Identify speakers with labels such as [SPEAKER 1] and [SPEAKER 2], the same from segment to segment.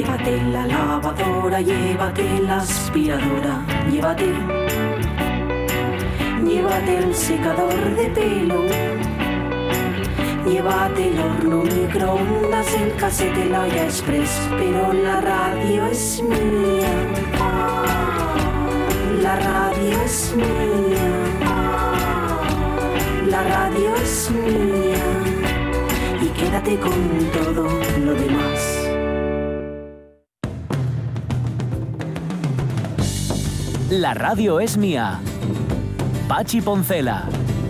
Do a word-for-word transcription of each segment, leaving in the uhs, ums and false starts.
[SPEAKER 1] Llévate la lavadora, llévate la aspiradora, llévate, llévate el secador de pelo, llévate el horno, microondas, el cassette, el olla express, pero la radio es mía, la radio es mía, la radio es mía, y quédate con todo lo demás.
[SPEAKER 2] La radio es mía. Pachi Poncela.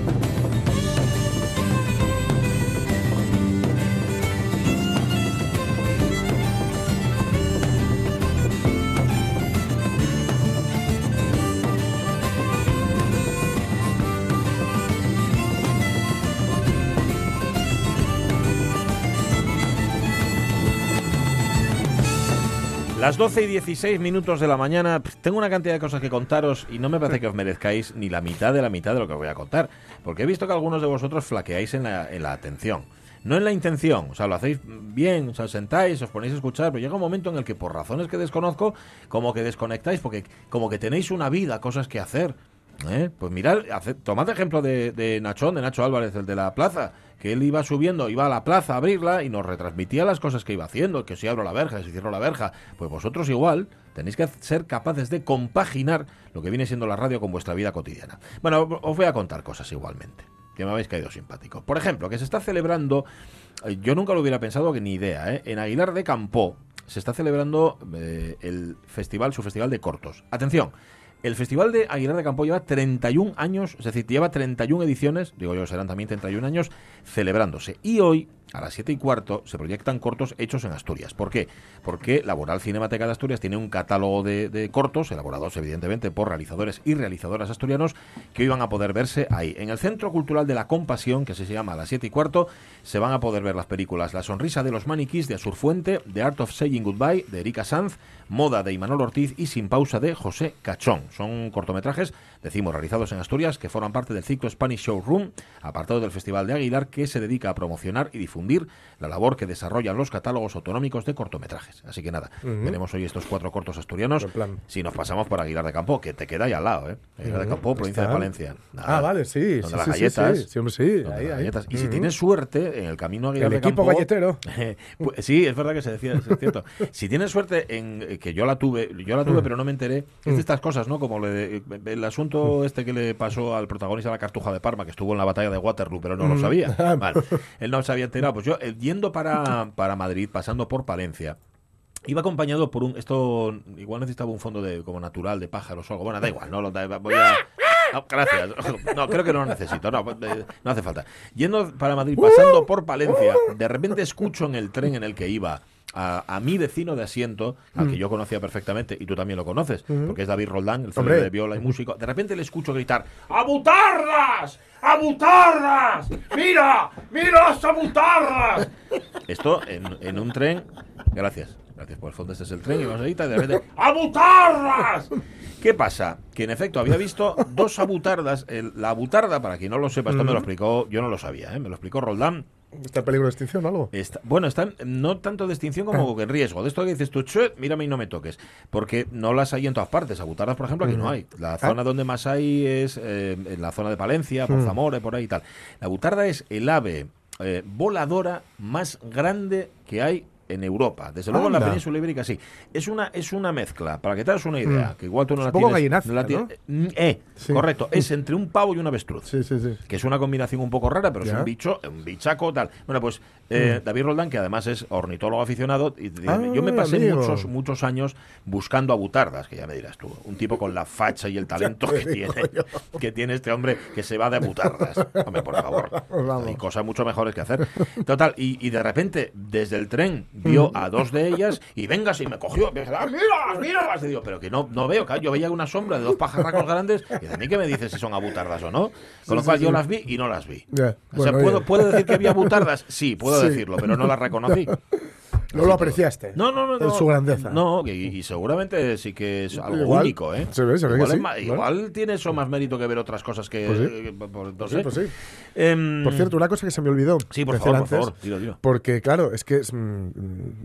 [SPEAKER 3] Las doce y dieciséis minutos de la mañana. Tengo una cantidad de cosas que contaros y no me parece que os merezcáis ni la mitad de la mitad de lo que os voy a contar, porque he visto que algunos de vosotros flaqueáis en la, en la atención. No en la intención, o sea, lo hacéis bien, o sea, os sentáis, os ponéis a escuchar, pero llega un momento en el que por razones que desconozco, como que desconectáis, porque como que tenéis una vida, cosas que hacer. ¿Eh? Pues mirad, hace, tomad ejemplo de, de Nachón, de Nacho Álvarez, el de la plaza, que él iba subiendo, iba a la plaza a abrirla y nos retransmitía las cosas que iba haciendo, que si abro la verja, que si cierro la verja. Pues vosotros igual tenéis que ser capaces de compaginar lo que viene siendo la radio con vuestra vida cotidiana. Bueno, os voy a contar cosas igualmente, que me habéis caído simpático. Por ejemplo, que se está celebrando, yo nunca lo hubiera pensado, que ni idea, ¿eh? En Aguilar de Campoo se está celebrando eh, el festival, su festival de cortos. Atención. El Festival de Aguilar de Campoo lleva treinta y un años, es decir, lleva treinta y un ediciones, digo yo, serán también treinta y un años, celebrándose. Y hoy, a las siete y cuarto, se proyectan cortos hechos en Asturias. ¿Por qué? Porque Laboral Cinemateca de Asturias tiene un catálogo de, de cortos, elaborados evidentemente por realizadores y realizadoras asturianos, que hoy van a poder verse ahí. En el Centro Cultural de la Compasión, que así se llama, a las siete y cuarto, se van a poder ver las películas La sonrisa de los maniquís, de Asur Fuente, The Art of Saying Goodbye, de Erika Sanz, Moda, de Imanol Ortiz y Sin pausa, de José Cachón. Son cortometrajes, decimos, realizados en Asturias, que forman parte del ciclo Spanish Showroom, apartado del Festival de Aguilar, que se dedica a promocionar y difundir la labor que desarrollan los catálogos autonómicos de cortometrajes. Así que nada, uh-huh. veremos hoy estos cuatro cortos asturianos. Si nos pasamos por Aguilar de Campoo, que te queda ahí al lado, ¿eh? Aguilar uh-huh. de Campoo, provincia Está. de Palencia.
[SPEAKER 4] Nada, ah, vale, sí.
[SPEAKER 3] Donde
[SPEAKER 4] sí,
[SPEAKER 3] las
[SPEAKER 4] sí,
[SPEAKER 3] galletas.
[SPEAKER 4] Sí, sí, sí, sí,
[SPEAKER 3] donde
[SPEAKER 4] ahí,
[SPEAKER 3] las
[SPEAKER 4] ahí.
[SPEAKER 3] galletas. Y
[SPEAKER 4] uh-huh.
[SPEAKER 3] si tienes suerte, en el camino a Aguilar
[SPEAKER 4] el
[SPEAKER 3] de Campoo...
[SPEAKER 4] El equipo galletero.
[SPEAKER 3] Eh, pues, sí, es verdad que se decía, es cierto. Si tienes suerte en que yo la tuve, yo la tuve, uh-huh. pero no me enteré, es de estas cosas, ¿no? Como le, el asunto este que le pasó al protagonista de la Cartuja de Parma, que estuvo en la batalla de Waterloo, pero no uh-huh. lo sabía. Vale. Él no se había enterado. Pues yo, eh, yendo para, para Madrid, pasando por Palencia, iba acompañado por un... Esto igual necesitaba un fondo de como natural, de pájaros o algo. Bueno, da igual, no lo da, voy a... No, gracias. No, creo que no lo necesito. No, no hace falta. Yendo para Madrid, pasando por Palencia, de repente escucho en el tren en el que iba a, a mi vecino de asiento, al que yo conocía perfectamente, y tú también lo conoces, uh-huh. porque es David Roldán, el célebre de viola y músico. De repente le escucho gritar: ¡A butardas! ¡A butardas! ¡Mira! ¡Mira las butardas! Esto en, en un tren. Gracias. Gracias por el fondo. Este es el tren y vamos a editar y de repente ¡a butardas! ¿Qué pasa? Que en efecto había visto dos abutardas. El, la abutarda, para quien no lo sepa, esto mm. me lo explicó, yo no lo sabía, ¿eh? Me lo explicó Roldán.
[SPEAKER 4] ¿Está en peligro de extinción o algo?
[SPEAKER 3] Está, bueno, están no tanto de extinción como en riesgo. De esto que dices tú, mírame y no me toques. Porque no las hay en todas partes. Abutardas, por ejemplo, aquí mm. no hay. La zona ¿Ah? donde más hay es eh, en la zona de Palencia, por mm. Zamora, por ahí y tal. La abutarda es el ave eh, voladora más grande que hay en Europa, desde luego Anda. en la península ibérica sí. Es una es una mezcla, para que te hagas una idea, mm. que igual tú no
[SPEAKER 4] es
[SPEAKER 3] la
[SPEAKER 4] poco
[SPEAKER 3] tienes.
[SPEAKER 4] Gallinaza,
[SPEAKER 3] no la tienes
[SPEAKER 4] ¿no?
[SPEAKER 3] Eh, sí. correcto, es entre un pavo y un avestruz.
[SPEAKER 4] Sí, sí, sí.
[SPEAKER 3] Que es una combinación un poco rara, pero ya. es un bicho, un bichaco tal. Bueno, pues eh, mm. David Roldán, que además es ornitólogo aficionado, y, ah, yo me pasé amigo. muchos muchos años buscando abutardas, que ya me dirás tú, un tipo con la facha y el talento que tiene que tiene este hombre, que se va de abutardas. Hombre, por favor. Vamos. Hay cosas mucho mejores que hacer. Total, y, y de repente desde el tren vio mm. a dos de ellas y venga, y me cogió, me dice, ah, mira, mira, y digo, pero que no, no veo, yo veía una sombra de dos pajarracos grandes y de mí que me dices si son abutardas o no, con sí, lo cual sí, yo sí. las vi y no las vi. Yeah. O sea, bueno, ¿puedo, ¿puedo decir que había abutardas? Sí, puedo sí. decirlo, pero no las reconocí.
[SPEAKER 4] No Así lo apreciaste.
[SPEAKER 3] No, no, no.
[SPEAKER 4] En
[SPEAKER 3] no,
[SPEAKER 4] su grandeza.
[SPEAKER 3] No, y, y seguramente sí que es algo
[SPEAKER 4] igual,
[SPEAKER 3] único, ¿eh?
[SPEAKER 4] Se ve, se ve
[SPEAKER 3] igual,
[SPEAKER 4] que sí,
[SPEAKER 3] más,
[SPEAKER 4] ¿no?
[SPEAKER 3] igual tiene eso más mérito que ver otras cosas que...
[SPEAKER 4] Pues sí.
[SPEAKER 3] Eh, por, no
[SPEAKER 4] pues
[SPEAKER 3] sé.
[SPEAKER 4] sí, pues sí.
[SPEAKER 3] Eh,
[SPEAKER 4] por cierto, una cosa que se me olvidó.
[SPEAKER 3] Sí, por favor,
[SPEAKER 4] antes,
[SPEAKER 3] por favor, dilo, dilo.
[SPEAKER 4] Porque, claro, es que es, mm,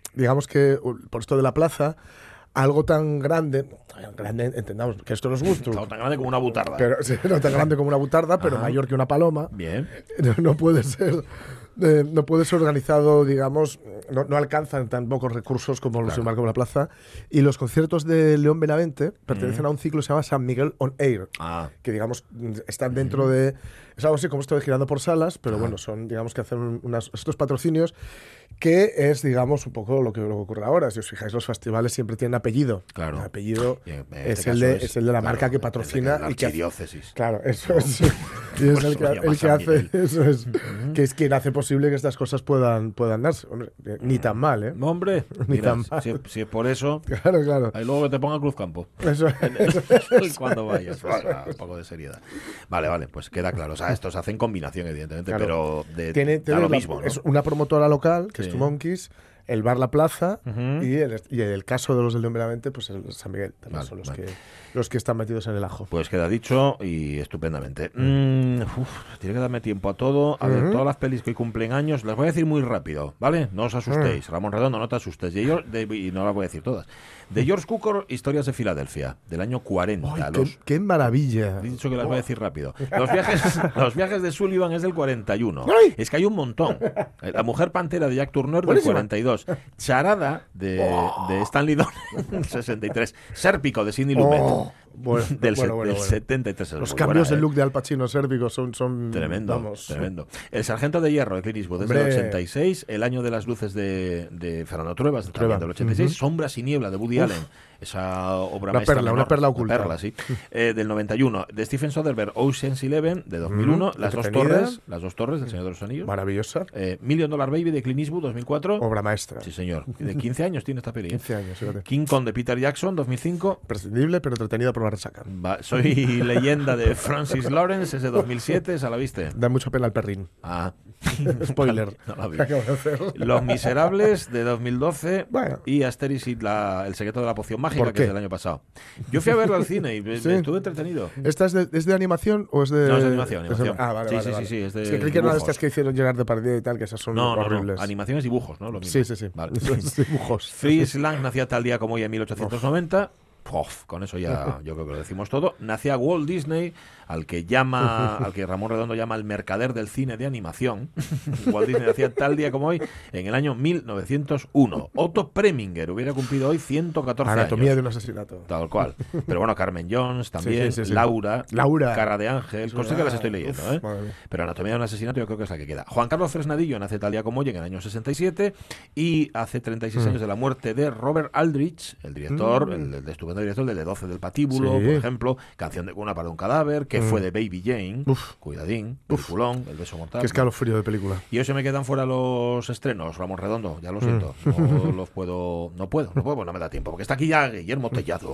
[SPEAKER 4] digamos que por esto de la plaza, algo tan grande, grande entendamos que esto nos gusta.
[SPEAKER 3] Algo tan grande como una butarda.
[SPEAKER 4] Pero, sí, no tan grande como una butarda, pero
[SPEAKER 3] Ajá.
[SPEAKER 4] mayor que una paloma.
[SPEAKER 3] Bien.
[SPEAKER 4] No, no puede ser. Eh, no puede ser organizado, digamos, no, no alcanzan tan pocos recursos como los
[SPEAKER 3] Claro.
[SPEAKER 4] embarcos de la plaza. Y los conciertos de León Benavente pertenecen
[SPEAKER 3] Mm.
[SPEAKER 4] a un ciclo que se llama San Miguel on Air,
[SPEAKER 3] Ah,
[SPEAKER 4] que digamos están dentro de, es algo así como esto de Girando por Salas, pero
[SPEAKER 3] Ajá.
[SPEAKER 4] bueno, son, digamos, que hacen unas, estos patrocinios, que es, digamos, un poco lo que, lo que ocurre ahora. Si os fijáis, los festivales siempre tienen apellido.
[SPEAKER 3] Claro.
[SPEAKER 4] El apellido
[SPEAKER 3] y en este
[SPEAKER 4] es, el
[SPEAKER 3] caso
[SPEAKER 4] de, es el de la
[SPEAKER 3] claro,
[SPEAKER 4] marca que
[SPEAKER 3] el de
[SPEAKER 4] patrocina
[SPEAKER 3] la
[SPEAKER 4] y que hace-
[SPEAKER 3] archidiócesis.
[SPEAKER 4] Claro, eso es. Y es
[SPEAKER 3] Por
[SPEAKER 4] el
[SPEAKER 3] eso
[SPEAKER 4] que,
[SPEAKER 3] lo
[SPEAKER 4] el
[SPEAKER 3] llamas
[SPEAKER 4] que
[SPEAKER 3] San
[SPEAKER 4] hace,
[SPEAKER 3] Miguel.
[SPEAKER 4] eso es, que es quien hace posible que estas cosas puedan, puedan darse. Hombre, eh, ni tan mal, ¿eh?
[SPEAKER 3] Hombre,
[SPEAKER 4] Ni
[SPEAKER 3] mira,
[SPEAKER 4] tan mal.
[SPEAKER 3] si, si es por eso,
[SPEAKER 4] Claro, claro.
[SPEAKER 3] ahí luego que te ponga Cruzcampo.
[SPEAKER 4] Eso, eso es.
[SPEAKER 3] Cuando vayas, pues, ah, un poco de seriedad. Vale, vale, pues queda claro. O sea, estos hacen combinación, evidentemente,
[SPEAKER 4] Claro.
[SPEAKER 3] pero de,
[SPEAKER 4] Tiene,
[SPEAKER 3] da
[SPEAKER 4] tiene
[SPEAKER 3] lo
[SPEAKER 4] la-
[SPEAKER 3] mismo, ¿no?
[SPEAKER 4] Es una promotora local, que
[SPEAKER 3] Sí.
[SPEAKER 4] es Two Monkeys, el Bar La Plaza,
[SPEAKER 3] Ujú.
[SPEAKER 4] y, el, y el caso de los del León Benavente, pues el San Miguel. También
[SPEAKER 3] Vale,
[SPEAKER 4] son los,
[SPEAKER 3] vale.
[SPEAKER 4] que, los que están metidos en el ajo.
[SPEAKER 3] Pues queda dicho y estupendamente. Mm, uf, tiene que darme tiempo a todo. A ver,
[SPEAKER 4] Ujú.
[SPEAKER 3] todas las pelis que hoy cumplen años, las voy a decir muy rápido, ¿vale? No os asustéis. Ramón Redondo, no te asustes. De George- de- y no las voy a decir todas. De George Cukor, Historias de Filadelfia, del año cuarenta.
[SPEAKER 4] ¡Ay,
[SPEAKER 3] Los-
[SPEAKER 4] qué, qué maravilla!
[SPEAKER 3] He dicho que las voy a decir rápido. Los viajes, los viajes de Sullivan es del cuarenta y uno.
[SPEAKER 4] ¡Ay!
[SPEAKER 3] Es que hay un montón. La Mujer Pantera de Jack Turner del
[SPEAKER 4] Buenísima.
[SPEAKER 3] cuarenta y dos. Charada de, de Stanley Donen sesenta y tres. Sérpico de Sidney Lumet
[SPEAKER 4] Oh, bueno,
[SPEAKER 3] del, se-
[SPEAKER 4] bueno, bueno,
[SPEAKER 3] del
[SPEAKER 4] bueno.
[SPEAKER 3] setenta y tres. Es
[SPEAKER 4] Los
[SPEAKER 3] muy
[SPEAKER 4] cambios
[SPEAKER 3] buena,
[SPEAKER 4] de
[SPEAKER 3] ¿eh?
[SPEAKER 4] look de Al Pacino sérvico son, son
[SPEAKER 3] Tremendo,
[SPEAKER 4] vamos.
[SPEAKER 3] tremendo. El Sargento de Hierro de Clint Eastwood es del
[SPEAKER 4] Hombre.
[SPEAKER 3] ochenta y seis. El Año de las Luces de, de Fernando Truebas también
[SPEAKER 4] Trueba.
[SPEAKER 3] del ochenta y seis.
[SPEAKER 4] Ujú.
[SPEAKER 3] Sombras y Niebla de Woody
[SPEAKER 4] Uf.
[SPEAKER 3] Allen. Esa obra
[SPEAKER 4] Una
[SPEAKER 3] maestra
[SPEAKER 4] perla, una
[SPEAKER 3] menor,
[SPEAKER 4] perla oculta.
[SPEAKER 3] perla, sí. Eh, del noventa y uno. De Stephen Soderbergh, Ocean's Eleven de dos mil uno.
[SPEAKER 4] Mm,
[SPEAKER 3] las dos
[SPEAKER 4] entretenida.
[SPEAKER 3] torres, las dos torres del Señor de los Anillos.
[SPEAKER 4] Maravillosa.
[SPEAKER 3] Eh, Million Dollar Baby de Clint Eastwood dos mil cuatro.
[SPEAKER 4] Obra maestra.
[SPEAKER 3] Sí, señor. De quince años tiene esta peli. ¿eh?
[SPEAKER 4] quince años, fíjate.
[SPEAKER 3] King Kong de Peter Jackson dos mil cinco.
[SPEAKER 4] Prescindible, pero entretenida por la resaca.
[SPEAKER 3] Va- Soy leyenda de Francis Lawrence, es de dos mil siete. ¿Esa la viste?
[SPEAKER 4] Da mucha pena al perrín.
[SPEAKER 3] Ah.
[SPEAKER 4] Spoiler.
[SPEAKER 3] No la vi.
[SPEAKER 4] ¿Qué acabo de hacer?
[SPEAKER 3] Los Miserables de dos mil doce.
[SPEAKER 4] Bueno.
[SPEAKER 3] Y Asterix y la- el secreto de la poción mágica,
[SPEAKER 4] ¿Por
[SPEAKER 3] que es
[SPEAKER 4] qué?
[SPEAKER 3] del año pasado. Yo fui a verla al cine y me-
[SPEAKER 4] Sí.
[SPEAKER 3] me estuve entretenido.
[SPEAKER 4] ¿Esta es de, es de animación o es de...?
[SPEAKER 3] No, es de animación,
[SPEAKER 4] es de-
[SPEAKER 3] animación.
[SPEAKER 4] Ah, vale,
[SPEAKER 3] Sí,
[SPEAKER 4] vale,
[SPEAKER 3] sí,
[SPEAKER 4] vale.
[SPEAKER 3] sí, sí, es de
[SPEAKER 4] que creí que era una de
[SPEAKER 3] dibujos.
[SPEAKER 4] estas que hicieron Gerard Depardieu y tal, que esas son
[SPEAKER 3] No, no,
[SPEAKER 4] horribles.
[SPEAKER 3] no. Animaciones y dibujos, ¿no? Lo mismo.
[SPEAKER 4] Sí, sí, sí.
[SPEAKER 3] Vale.
[SPEAKER 4] Esos dibujos.
[SPEAKER 3] Fritz Lang nacía tal día como hoy en mil ochocientos noventa. Uf, con eso ya yo creo que lo decimos todo. Nacía Walt Disney, al que llama, al que Ramón Redondo llama el mercader del cine de animación. Walt Disney nacía tal día como hoy en el año mil novecientos uno. Otto Preminger hubiera cumplido hoy ciento catorce
[SPEAKER 4] Anatomía
[SPEAKER 3] años.
[SPEAKER 4] de un asesinato.
[SPEAKER 3] Tal cual. Pero bueno, Carmen Jones también,
[SPEAKER 4] Sí, sí, sí, sí.
[SPEAKER 3] Laura,
[SPEAKER 4] Laura.
[SPEAKER 3] Cara de Ángel, cosas que las estoy leyendo,
[SPEAKER 4] Uf,
[SPEAKER 3] ¿eh?
[SPEAKER 4] madre mía.
[SPEAKER 3] Pero Anatomía de un asesinato yo creo que es la que queda. Juan Carlos Fresnadillo nace tal día como hoy en el año sesenta y siete y hace treinta y seis
[SPEAKER 4] Mm.
[SPEAKER 3] años de la muerte de Robert Aldrich, el director,
[SPEAKER 4] Mm.
[SPEAKER 3] el, el estupendo director del de doce del Patíbulo,
[SPEAKER 4] Sí.
[SPEAKER 3] por ejemplo, Canción de cuna para un cadáver, que
[SPEAKER 4] Mm.
[SPEAKER 3] fue de Baby Jane,
[SPEAKER 4] Uf.
[SPEAKER 3] cuidadín, peliculón, El beso mortal.
[SPEAKER 4] Qué escalofrío de película.
[SPEAKER 3] Y hoy se me quedan fuera los estrenos, Ramón Redondo, ya
[SPEAKER 4] Mm.
[SPEAKER 3] lo siento. No los puedo, no puedo, no puedo, pues no me da tiempo, porque está aquí ya Guillermo Tellado.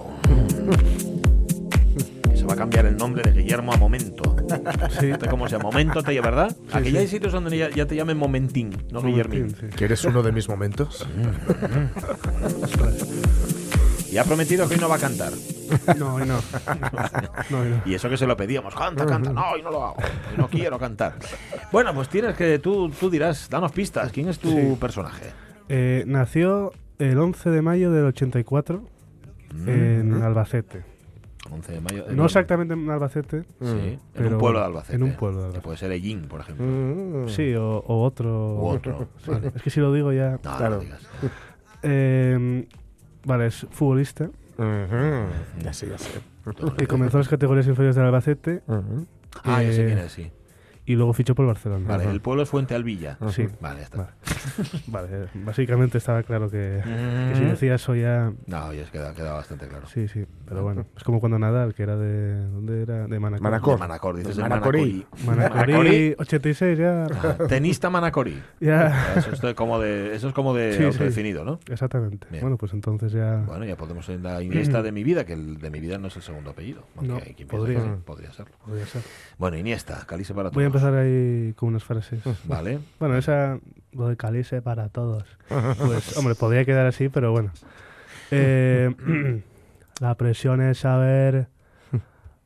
[SPEAKER 3] Que se va a cambiar el nombre de Guillermo a Momento.
[SPEAKER 5] Sí.
[SPEAKER 3] ¿Cómo se llama? Momento Tellado, ¿verdad? Aquí ya hay sitios donde ya, ya te llamen Momentín, no Guillermín.
[SPEAKER 5] Sí.
[SPEAKER 4] ¿Quieres uno de mis momentos?
[SPEAKER 3] Y ha prometido que hoy no va a cantar.
[SPEAKER 5] No, hoy no. No, hoy no.
[SPEAKER 3] Y eso que se lo pedíamos, canta, canta. No, hoy no lo hago. Hoy no quiero cantar. Bueno, pues tienes que, tú, tú dirás, danos pistas. ¿Quién es tu
[SPEAKER 5] Sí.
[SPEAKER 3] personaje?
[SPEAKER 5] Eh, nació el once de mayo del ochenta y cuatro en Albacete.
[SPEAKER 3] once de mayo. eh,
[SPEAKER 5] No exactamente en Albacete,
[SPEAKER 3] Sí, en
[SPEAKER 5] pero
[SPEAKER 3] un pueblo de Albacete.
[SPEAKER 5] en un pueblo de
[SPEAKER 3] Que
[SPEAKER 5] Albacete.
[SPEAKER 3] puede ser Ellín, por ejemplo.
[SPEAKER 4] Mm.
[SPEAKER 5] sí, o, o otro.
[SPEAKER 3] U otro. sí.
[SPEAKER 5] Vale, es que si lo digo ya.
[SPEAKER 3] No, no
[SPEAKER 4] Claro.
[SPEAKER 3] lo digas.
[SPEAKER 5] Eh, vale, es futbolista
[SPEAKER 4] Ujú. Ya sé, ya sé.
[SPEAKER 5] y comenzó en las categorías inferiores del Albacete
[SPEAKER 4] Ujú.
[SPEAKER 3] Ah, ya sé
[SPEAKER 5] Eh,
[SPEAKER 3] quién es, sí.
[SPEAKER 5] y luego fichó por el Barcelona.
[SPEAKER 3] Vale,
[SPEAKER 4] Ajá.
[SPEAKER 3] el pueblo es Fuente Alvilla.
[SPEAKER 5] Sí.
[SPEAKER 3] Vale, ya está.
[SPEAKER 5] Vale. Vale, eh, básicamente estaba claro que, que si decía eso ya.
[SPEAKER 3] No, ya queda, queda bastante claro.
[SPEAKER 5] Sí, sí, pero bueno, es como cuando Nadal, que era de. ¿Dónde era? De Manacor.
[SPEAKER 4] Manacor.
[SPEAKER 3] De Manacor, dices
[SPEAKER 4] De
[SPEAKER 3] de
[SPEAKER 4] Manacorí.
[SPEAKER 3] Manacorí.
[SPEAKER 5] Manacorí, ochenta y seis ya.
[SPEAKER 3] Ah, tenista Manacorí.
[SPEAKER 5] Ya.
[SPEAKER 3] Eso es de- como de, eso es como de
[SPEAKER 5] Sí, sí.
[SPEAKER 3] autodefinido, ¿no?
[SPEAKER 5] Exactamente.
[SPEAKER 3] Bien.
[SPEAKER 5] Bueno, pues entonces ya.
[SPEAKER 3] Bueno, ya podemos en la Iniesta de mi vida, que el de mi vida no es el segundo apellido. Aunque
[SPEAKER 5] No,
[SPEAKER 3] hay quien piensa
[SPEAKER 5] podría.
[SPEAKER 3] que sí, podría serlo.
[SPEAKER 5] Podría ser.
[SPEAKER 3] Bueno, Iniesta, Calice para todos.
[SPEAKER 5] Voy a empezar ahí con unas frases.
[SPEAKER 3] Vale.
[SPEAKER 5] Bueno, esa. Lo de Calice para todos. Pues, hombre, podría quedar así, pero bueno. Eh, la presión es saber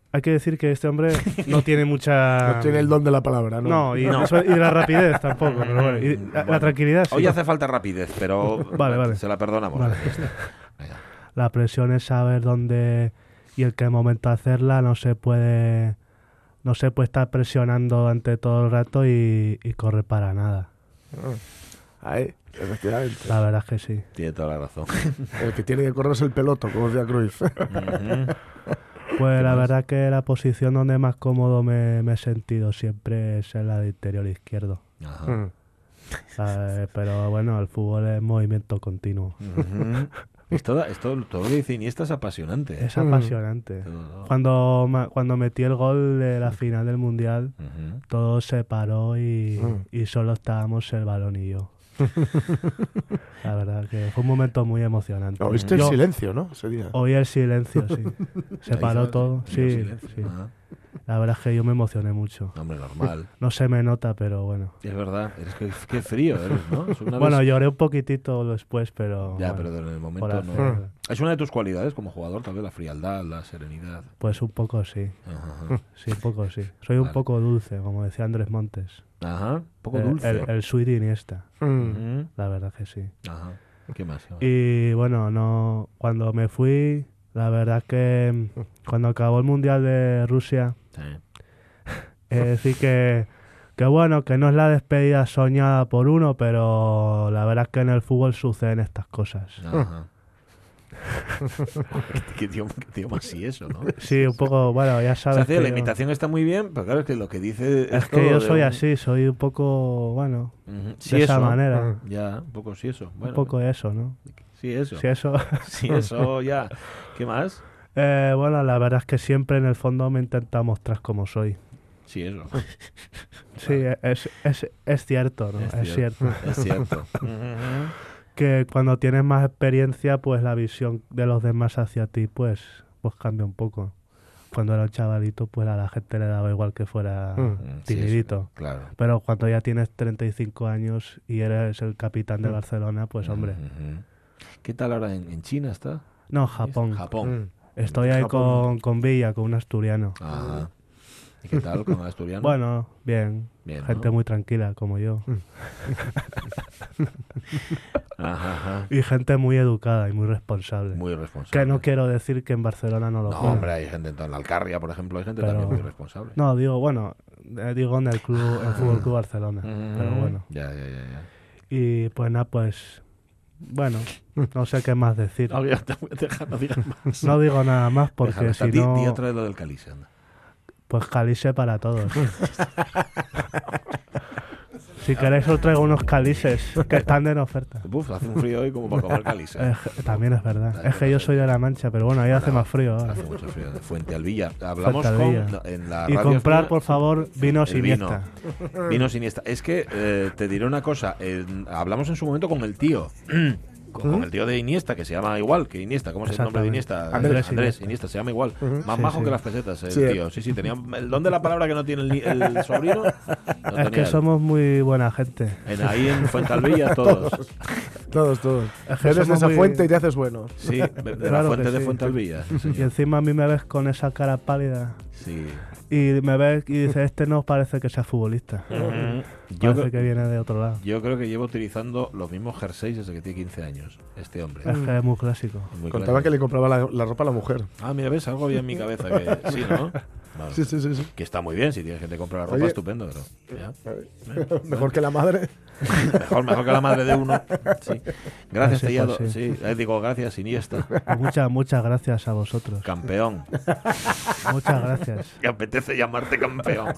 [SPEAKER 5] hay que decir que este hombre no tiene mucha...
[SPEAKER 4] No tiene el don de la palabra, ¿no?
[SPEAKER 5] No, y, no. y la rapidez tampoco. Pero bueno, y la,
[SPEAKER 3] Bueno,
[SPEAKER 5] la tranquilidad sí.
[SPEAKER 3] Hoy hace falta rapidez, pero
[SPEAKER 5] Vale, vale.
[SPEAKER 3] se la perdonamos.
[SPEAKER 5] Vale.
[SPEAKER 3] Venga.
[SPEAKER 5] La presión es saber dónde y en qué momento hacerla. No se puede no se puede estar presionando ante todo el rato y, y correr para nada.
[SPEAKER 4] Ahí, efectivamente.
[SPEAKER 5] La verdad es que sí.
[SPEAKER 3] Tiene toda la razón.
[SPEAKER 4] El que tiene que correr es el peloto, como decía Cruyff.
[SPEAKER 3] Ujú.
[SPEAKER 5] Pues la
[SPEAKER 3] más?
[SPEAKER 5] verdad que la posición donde más cómodo me, me he sentido siempre es en la de interior izquierdo.
[SPEAKER 3] Ajá.
[SPEAKER 4] Mm.
[SPEAKER 5] Eh, pero bueno, el fútbol es movimiento continuo.
[SPEAKER 3] Ujú. Es todo, es todo, todo lo que dice Iniesta es apasionante.
[SPEAKER 5] Es
[SPEAKER 4] Mm.
[SPEAKER 5] apasionante.
[SPEAKER 3] Todo.
[SPEAKER 5] Cuando, ma- cuando metí el gol de la final del Mundial,
[SPEAKER 3] Ujú.
[SPEAKER 5] todo se paró y,
[SPEAKER 4] Mm.
[SPEAKER 5] y solo estábamos el balón y yo. La verdad que fue un momento muy emocionante.
[SPEAKER 4] Oíste el
[SPEAKER 5] Yo
[SPEAKER 4] silencio, ¿no? Ese día.
[SPEAKER 5] oí el silencio, sí. Se
[SPEAKER 3] Ahí
[SPEAKER 5] paró
[SPEAKER 3] está,
[SPEAKER 5] todo.
[SPEAKER 3] sí,
[SPEAKER 5] Sí,
[SPEAKER 3] el silencio.
[SPEAKER 5] sí.
[SPEAKER 3] Ajá.
[SPEAKER 5] La verdad es que yo me emocioné mucho.
[SPEAKER 3] Hombre, normal.
[SPEAKER 5] No se me nota, pero bueno.
[SPEAKER 3] Es verdad. Eres que, qué frío eres, ¿no? Es una
[SPEAKER 5] Bueno,
[SPEAKER 3] vez-
[SPEAKER 5] lloré un poquitito después, pero...
[SPEAKER 3] Ya,
[SPEAKER 5] bueno,
[SPEAKER 3] pero en el
[SPEAKER 5] por
[SPEAKER 3] momento
[SPEAKER 5] hacer-
[SPEAKER 3] no. Es una de tus cualidades como jugador, tal vez la frialdad, la serenidad.
[SPEAKER 5] Pues un poco sí.
[SPEAKER 3] Ajá.
[SPEAKER 5] Sí, un poco sí. Soy un
[SPEAKER 3] Vale.
[SPEAKER 5] poco dulce, como decía Andrés Montes.
[SPEAKER 3] Ajá. Un poco
[SPEAKER 5] El-
[SPEAKER 3] dulce.
[SPEAKER 5] El, el sweet Iniesta.
[SPEAKER 4] Mm.
[SPEAKER 3] Ujú.
[SPEAKER 5] La verdad que sí.
[SPEAKER 3] Ajá. ¿Qué más?
[SPEAKER 5] Y bueno, no cuando me fui, la verdad que cuando acabó el Mundial de Rusia,
[SPEAKER 3] Sí.
[SPEAKER 5] es decir que, que bueno, que no es la despedida soñada por uno, pero la verdad es que en el fútbol suceden estas cosas.
[SPEAKER 3] Ajá. ¿Qué tío, qué tío más sí eso, ¿no?
[SPEAKER 5] Sí, un poco, bueno, ya
[SPEAKER 3] O sea,
[SPEAKER 5] sabes
[SPEAKER 3] hace-
[SPEAKER 5] que
[SPEAKER 3] la
[SPEAKER 5] yo-
[SPEAKER 3] imitación está muy bien, pero claro, es que lo que dice
[SPEAKER 5] es
[SPEAKER 3] todo
[SPEAKER 5] que yo
[SPEAKER 3] de
[SPEAKER 5] soy
[SPEAKER 3] un-
[SPEAKER 5] así, soy un poco, bueno,
[SPEAKER 3] Ujú. Sí,
[SPEAKER 5] de esa
[SPEAKER 3] eso.
[SPEAKER 5] manera,
[SPEAKER 3] Ya, un poco sí eso. Bueno,
[SPEAKER 5] un poco eso, ¿no?
[SPEAKER 3] sí eso.
[SPEAKER 5] Sí, eso.
[SPEAKER 3] Sí eso, ya. ¿Qué más?
[SPEAKER 5] Eh, bueno, la verdad es que siempre en el fondo me intenta mostrar cómo soy.
[SPEAKER 3] Sí eso.
[SPEAKER 5] Sí, es, es, es cierto, ¿no? Es, cierto.
[SPEAKER 3] Es cierto. Ujú.
[SPEAKER 5] Que cuando tienes más experiencia, pues la visión de los demás hacia ti, pues, pues cambia un poco. Cuando era un chavalito, pues a la gente le daba igual que fuera
[SPEAKER 4] Mm.
[SPEAKER 3] Sí,
[SPEAKER 5] timidito.
[SPEAKER 3] eso, claro.
[SPEAKER 5] Pero cuando ya tienes treinta y cinco años y eres el capitán de
[SPEAKER 4] Mm.
[SPEAKER 5] Barcelona, pues hombre.
[SPEAKER 3] Ujú. ¿Qué tal ahora en, en China está?
[SPEAKER 5] No, Japón.
[SPEAKER 3] Japón.
[SPEAKER 4] Mm.
[SPEAKER 5] Estoy ahí
[SPEAKER 4] Japón.
[SPEAKER 5] con, con Villa, con un asturiano.
[SPEAKER 3] Ajá. ¿Y qué tal con el asturiano?
[SPEAKER 5] Bueno, bien.
[SPEAKER 3] Bien, ¿no?
[SPEAKER 5] Gente muy tranquila, como yo.
[SPEAKER 3] Ajá, ajá.
[SPEAKER 5] Y gente muy educada y muy responsable.
[SPEAKER 3] Muy responsable.
[SPEAKER 5] Que no quiero decir que en Barcelona no lo
[SPEAKER 3] No,
[SPEAKER 5] fuera.
[SPEAKER 3] hombre, hay gente en toda la Alcarria, por ejemplo, hay gente
[SPEAKER 5] Pero-
[SPEAKER 3] también muy responsable.
[SPEAKER 5] No, digo, bueno, eh, digo en el club, el Fútbol Club Barcelona.
[SPEAKER 3] Ujú.
[SPEAKER 5] Pero bueno.
[SPEAKER 3] Ya, ya, ya, ya.
[SPEAKER 5] Y pues nada, pues. Bueno, no sé qué más decir.
[SPEAKER 3] No, ya te voy a dejar, no digas más.
[SPEAKER 5] No digo nada más porque
[SPEAKER 3] Déjalo estar.
[SPEAKER 5] si
[SPEAKER 3] Di-
[SPEAKER 5] no.
[SPEAKER 3] di otra vez lo del Calice, anda.
[SPEAKER 5] Pues calice para todos. Si queréis os traigo unos calices que están en oferta.
[SPEAKER 3] Uf, hace un frío hoy como para comer Calice.
[SPEAKER 5] Eh, también es verdad. Es que yo soy de La Mancha, pero bueno, ahí hace más frío ahora.
[SPEAKER 3] Hace mucho frío. De Fuente Alvilla. Hablamos
[SPEAKER 5] Fuentealbilla.
[SPEAKER 3] con... no, en la
[SPEAKER 5] Y
[SPEAKER 3] radio
[SPEAKER 5] comprar,
[SPEAKER 3] española-
[SPEAKER 5] por favor, vino
[SPEAKER 3] El
[SPEAKER 5] sin
[SPEAKER 3] vino.
[SPEAKER 5] Iniesta.
[SPEAKER 3] Vino Iniesta. Es que eh, te diré una cosa. eh, hablamos en su momento con el tío. Con, con el tío de Iniesta, que se llama igual que Iniesta. ¿Cómo es el nombre de Iniesta?
[SPEAKER 5] Andrés
[SPEAKER 3] Andrés
[SPEAKER 5] Iniesta.
[SPEAKER 3] Iniesta, se llama igual. Más
[SPEAKER 5] Sí,
[SPEAKER 3] majo
[SPEAKER 5] sí.
[SPEAKER 3] que las pesetas, el
[SPEAKER 4] Sí.
[SPEAKER 3] tío. Sí, sí, tenía el don de la palabra que no tiene el, ni- el sobrino. lo
[SPEAKER 5] Es
[SPEAKER 3] tenía
[SPEAKER 5] que
[SPEAKER 3] él.
[SPEAKER 5] somos muy buena gente.
[SPEAKER 3] En, ahí en Fuentealbilla todos.
[SPEAKER 4] Todos, todos.
[SPEAKER 5] Es que
[SPEAKER 4] Eres de
[SPEAKER 5] somos
[SPEAKER 4] esa
[SPEAKER 5] muy-
[SPEAKER 4] fuente y te haces bueno.
[SPEAKER 3] Sí, de la
[SPEAKER 5] Claro
[SPEAKER 3] fuente
[SPEAKER 5] que
[SPEAKER 3] de
[SPEAKER 5] sí.
[SPEAKER 3] Fuentealbilla. Sí,
[SPEAKER 5] Y
[SPEAKER 3] señor.
[SPEAKER 5] encima a mí me ves con esa cara pálida.
[SPEAKER 3] Sí.
[SPEAKER 5] Y me ves y dices, este no parece que sea futbolista.
[SPEAKER 3] Ujú. Yo,
[SPEAKER 5] Parece
[SPEAKER 3] creo,
[SPEAKER 5] que viene de otro lado.
[SPEAKER 3] yo creo que llevo utilizando los mismos jerseys desde que tiene quince años. Este hombre.
[SPEAKER 5] Es que es muy clásico.
[SPEAKER 3] Muy
[SPEAKER 4] Contaba
[SPEAKER 3] clásico.
[SPEAKER 4] que le compraba la, la ropa a la mujer.
[SPEAKER 3] Ah, mira, ves, algo había en mi cabeza que sí, ¿no? Vale.
[SPEAKER 4] Sí, sí, sí. sí.
[SPEAKER 3] Que está muy bien, si tienes que te comprar la ropa,
[SPEAKER 4] Oye.
[SPEAKER 3] estupendo, pero ya.
[SPEAKER 4] Mejor que la madre.
[SPEAKER 3] Mejor, mejor que la madre de uno. Sí. Gracias,
[SPEAKER 5] Así,
[SPEAKER 3] Tellado.
[SPEAKER 5] pues
[SPEAKER 3] Sí. Eh, digo, gracias, Iniesta.
[SPEAKER 5] Pues muchas, muchas gracias a vosotros.
[SPEAKER 3] Campeón.
[SPEAKER 5] Muchas gracias.
[SPEAKER 3] Que apetece llamarte campeón.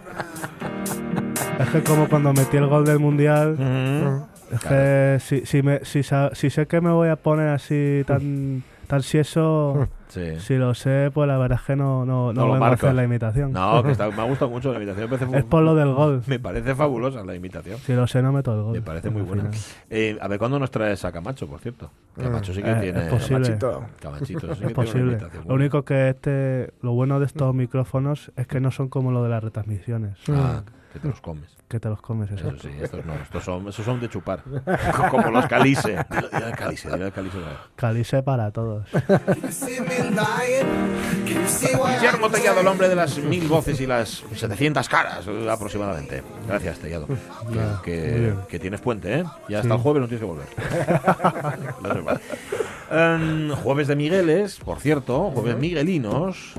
[SPEAKER 5] Es que como cuando metí el gol del Mundial,
[SPEAKER 3] Ujú.
[SPEAKER 5] es que si, si, me, si, sa- si sé que me voy a poner así tan, tan si eso,
[SPEAKER 3] Sí.
[SPEAKER 5] si lo sé, pues la verdad es que no, no,
[SPEAKER 3] No
[SPEAKER 5] no
[SPEAKER 3] lo
[SPEAKER 5] vengo a
[SPEAKER 3] marcas.
[SPEAKER 5] hacer la imitación.
[SPEAKER 3] No, que está, me ha gustado mucho la imitación. Me parece,
[SPEAKER 5] Es por lo del gol.
[SPEAKER 3] me parece fabulosa la imitación.
[SPEAKER 5] Si lo sé, no meto el gol.
[SPEAKER 3] Me parece muy
[SPEAKER 5] Al
[SPEAKER 3] buena.
[SPEAKER 5] final.
[SPEAKER 3] Eh, a ver, ¿cuándo nos traes a Camacho, por cierto? Camacho sí que
[SPEAKER 5] Eh,
[SPEAKER 3] tiene...
[SPEAKER 5] es posible.
[SPEAKER 4] Machito.
[SPEAKER 3] Camachito, sí que
[SPEAKER 5] Es
[SPEAKER 3] tiene una
[SPEAKER 5] posible.
[SPEAKER 3] imitación
[SPEAKER 5] Lo
[SPEAKER 3] buena.
[SPEAKER 5] único que este, lo bueno de estos micrófonos es que no son como lo de las retransmisiones,
[SPEAKER 3] Ah, que te los comes.
[SPEAKER 5] que te los comes eso.
[SPEAKER 3] Eso sí, estos no. Estos son, esos son de chupar. Como los Calice. Dile dile al Calice, dile al Calice.
[SPEAKER 5] Calice para todos.
[SPEAKER 6] Can you see me lying? Can you
[SPEAKER 3] Guillermo Tellado, el hombre de las mil voces y las setecientas caras, aproximadamente. Gracias, Tellado.
[SPEAKER 5] Nada,
[SPEAKER 3] Que,
[SPEAKER 5] muy
[SPEAKER 3] que,
[SPEAKER 5] bien.
[SPEAKER 3] que tienes puente, ¿eh? Ya hasta
[SPEAKER 5] Sí.
[SPEAKER 3] el jueves no tienes que volver. No es mal. Em, jueves de Migueles, por cierto, jueves miguelinos.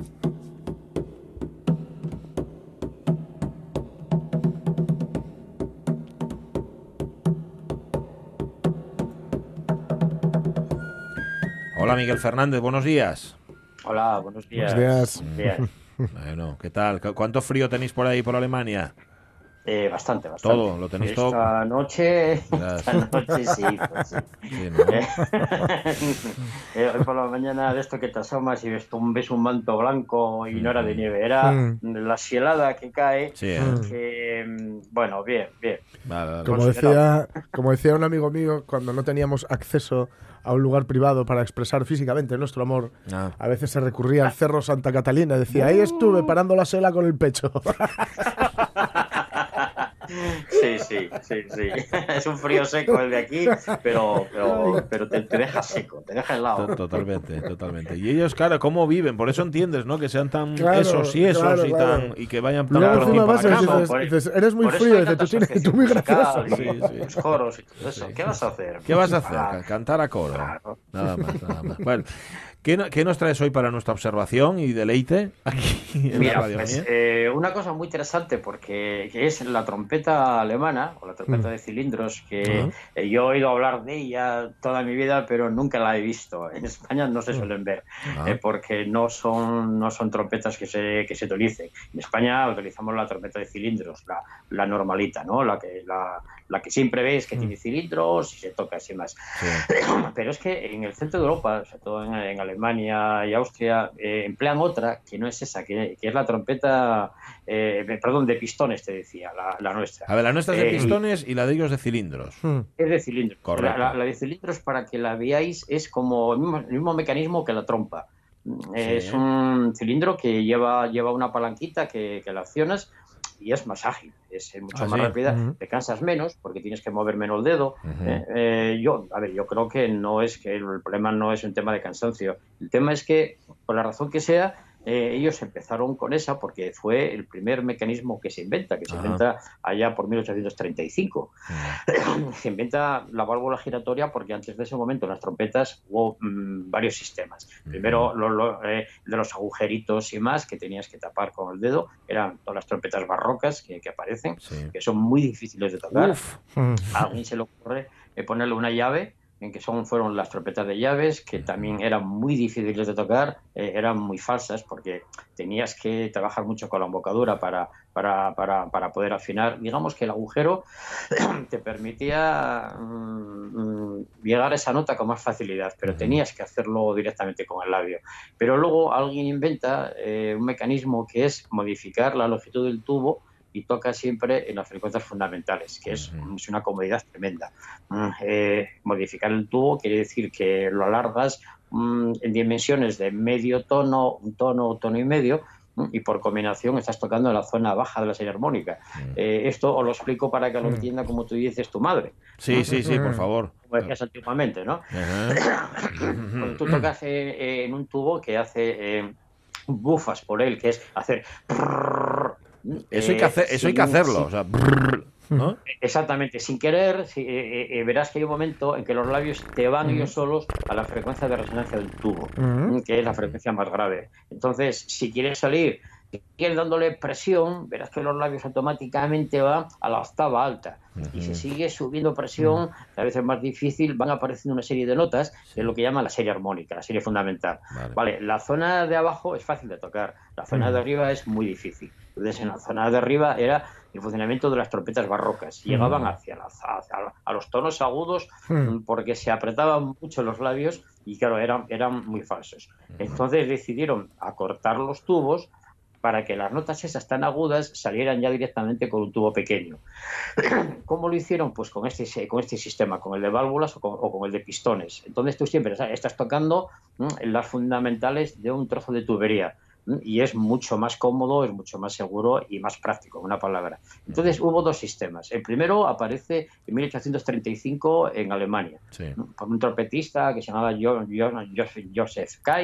[SPEAKER 3] Hola, Miguel Fernández, buenos días.
[SPEAKER 6] Hola, buenos días.
[SPEAKER 4] Buenos días.
[SPEAKER 6] Bien.
[SPEAKER 3] Bueno, ¿qué tal? ¿Cu- ¿Cuánto frío tenéis por ahí, por Alemania?
[SPEAKER 6] Eh, bastante, bastante.
[SPEAKER 3] Todo, lo tenéis todo.
[SPEAKER 6] Esta noche,
[SPEAKER 3] Verás.
[SPEAKER 6] esta noche sí, pues sí.
[SPEAKER 3] Sí, ¿no?
[SPEAKER 6] Eh, hoy por la mañana de esto que te asomas y ves un, ves un manto blanco y no era de nieve, era
[SPEAKER 4] Mm.
[SPEAKER 6] la helada que cae,
[SPEAKER 3] Sí, ¿eh?
[SPEAKER 6] que, mm, bueno, bien, bien.
[SPEAKER 3] Vale, vale.
[SPEAKER 4] Como decía, como decía un amigo mío, cuando no teníamos acceso a un lugar privado para expresar físicamente nuestro amor,
[SPEAKER 3] Ah.
[SPEAKER 4] a veces se recurría al Cerro Santa Catalina y decía, ahí estuve parando la sela con el pecho.
[SPEAKER 6] Sí, sí, sí, sí. Es un frío seco el de aquí, pero, pero, pero te, te deja seco, te deja helado.
[SPEAKER 3] To- Totalmente, totalmente. Y ellos, claro, ¿cómo viven? Por eso entiendes, ¿no? Que sean tan
[SPEAKER 4] Claro,
[SPEAKER 3] esos y esos
[SPEAKER 4] claro,
[SPEAKER 3] y,
[SPEAKER 4] claro.
[SPEAKER 3] tan, y que vayan tan
[SPEAKER 4] Luego
[SPEAKER 3] pronto
[SPEAKER 4] encima
[SPEAKER 3] para
[SPEAKER 4] vas y
[SPEAKER 3] la
[SPEAKER 6] cama,
[SPEAKER 3] cama.
[SPEAKER 4] dices,
[SPEAKER 6] por-
[SPEAKER 4] dices, eres muy
[SPEAKER 6] Por eso
[SPEAKER 4] frío,
[SPEAKER 6] hay
[SPEAKER 4] dices,
[SPEAKER 6] tanta
[SPEAKER 4] tú, tienes, tú
[SPEAKER 6] asociación
[SPEAKER 4] muy gracioso.
[SPEAKER 6] musical y
[SPEAKER 3] Sí, sí.
[SPEAKER 6] los coros y todo eso. ¿Qué vas a hacer?
[SPEAKER 3] ¿Qué vas a hacer?
[SPEAKER 6] Ah,
[SPEAKER 3] Ca- Cantar a coro.
[SPEAKER 6] Claro.
[SPEAKER 3] Nada más, nada más. Bueno, ¿qué, no- qué nos traes hoy para nuestra observación y deleite aquí en
[SPEAKER 6] Mira,
[SPEAKER 3] la radio?
[SPEAKER 6] pues,
[SPEAKER 3] mía?
[SPEAKER 6] eh, una cosa muy interesante porque que es la trompeta alemana o la trompeta de cilindros que eh, yo he oído hablar de ella toda mi vida pero nunca la he visto. En España no se suelen ver
[SPEAKER 3] Ah.
[SPEAKER 6] eh, porque no son no son trompetas que se que se utilicen. En España utilizamos la trompeta de cilindros, la, la normalita, ¿no? La que la, la que siempre ves que tiene cilindros y se toca así más.
[SPEAKER 3] Sí.
[SPEAKER 6] Pero es que en el centro de Europa, sobre todo en, en Alemania y Austria, eh, emplean otra que no es esa, que, que es la trompeta, eh, perdón, de pistones, te decía, la, la nuestra.
[SPEAKER 3] A ver, la nuestra es de
[SPEAKER 6] Eh,
[SPEAKER 3] pistones y la de ellos de cilindros.
[SPEAKER 4] Mm.
[SPEAKER 6] Es de cilindros.
[SPEAKER 3] Correcto.
[SPEAKER 6] La, la- la de cilindros, para que la veáis, es como el mismo, el mismo mecanismo que la trompa. Es un cilindro que lleva, lleva una palanquita que, que la accionas y es más ágil, es mucho
[SPEAKER 3] Ah,
[SPEAKER 6] más
[SPEAKER 3] sí.
[SPEAKER 6] rápida,
[SPEAKER 4] Ujú.
[SPEAKER 6] te cansas menos porque tienes que mover menos el dedo.
[SPEAKER 3] Ujú.
[SPEAKER 6] Eh, eh, yo, a ver, yo creo que no es que el problema no es un tema de cansancio. El tema es que, por la razón que sea, eh, ellos empezaron con esa porque fue el primer mecanismo que se inventa, que se
[SPEAKER 3] Ajá.
[SPEAKER 6] inventa allá por mil ochocientos treinta y cinco. Se inventa la válvula giratoria porque antes de ese momento en las trompetas hubo mm, varios sistemas. Primero, lo, lo, eh, de los agujeritos y más que tenías que tapar con el dedo, eran todas las trompetas barrocas que, que aparecen,
[SPEAKER 3] Sí.
[SPEAKER 6] que son muy difíciles de tocar.
[SPEAKER 3] Uf.
[SPEAKER 4] Mm.
[SPEAKER 6] A alguien se le ocurre eh, ponerle una llave, en que son fueron las trompetas de llaves, que también eran muy difíciles de tocar, eh, eran muy falsas porque tenías que trabajar mucho con la embocadura para, para, para, para poder afinar. Digamos que el agujero te permitía mm, mm, llegar a esa nota con más facilidad, pero tenías que hacerlo directamente con el labio. Pero luego alguien inventa eh, un mecanismo que es modificar la longitud del tubo y toca siempre en las frecuencias fundamentales, que es, es una comodidad tremenda. Mm, eh, modificar el tubo quiere decir que lo alargas mm, en dimensiones de medio tono, un tono, tono y medio, mm, y por combinación estás tocando en la zona baja de la serie armónica. Eh, esto os lo explico para que lo entienda como tú dices tu madre,
[SPEAKER 3] Sí, sí, sí, por favor.
[SPEAKER 6] como decías antiguamente, ¿no?
[SPEAKER 3] Ajá.
[SPEAKER 6] Cuando tú tocas eh, eh, en un tubo que hace eh, bufas por él, que es hacer...
[SPEAKER 3] Eso hay que,
[SPEAKER 6] eh,
[SPEAKER 3] hacer, eso hay que
[SPEAKER 6] sin-
[SPEAKER 3] hacerlo.
[SPEAKER 6] sin-
[SPEAKER 3] O sea, brrr, ¿no?
[SPEAKER 6] Exactamente, sin querer, si- eh, eh, verás que hay un momento en que los labios te van ellos solos a la frecuencia de resonancia del tubo,
[SPEAKER 4] Ujú.
[SPEAKER 6] que es la frecuencia más grave. Entonces, si quieres salir, si quieres dándole presión, verás que los labios automáticamente van a la octava alta. Y si sigues subiendo presión, cada vez es más difícil, van apareciendo una serie de notas, que es lo que llaman la serie armónica, la serie fundamental.
[SPEAKER 3] Vale.
[SPEAKER 6] Vale, la zona de abajo es fácil de tocar, la zona de arriba es muy difícil. Entonces, en la zona de arriba era el funcionamiento de las trompetas barrocas. Llegaban hacia, la- hacia la- a los tonos agudos
[SPEAKER 4] Mm.
[SPEAKER 6] porque se apretaban mucho los labios y, claro, eran, eran muy falsos. Entonces decidieron acortar los tubos para que las notas esas tan agudas salieran ya directamente con un tubo pequeño. ¿Cómo lo hicieron? Pues con este, con este sistema, con el de válvulas o con, o con el de pistones. Entonces tú siempre estás tocando ¿no? en las fundamentales de un trozo de tubería. ¿no? Y es mucho más cómodo, es mucho más seguro y más práctico, en una palabra. Entonces hubo dos sistemas. El primero aparece en mil ochocientos treinta y cinco en Alemania,
[SPEAKER 3] Sí.
[SPEAKER 6] ¿no? por un trompetista que se llamaba Jo- Jo- Joseph Joseph Keil,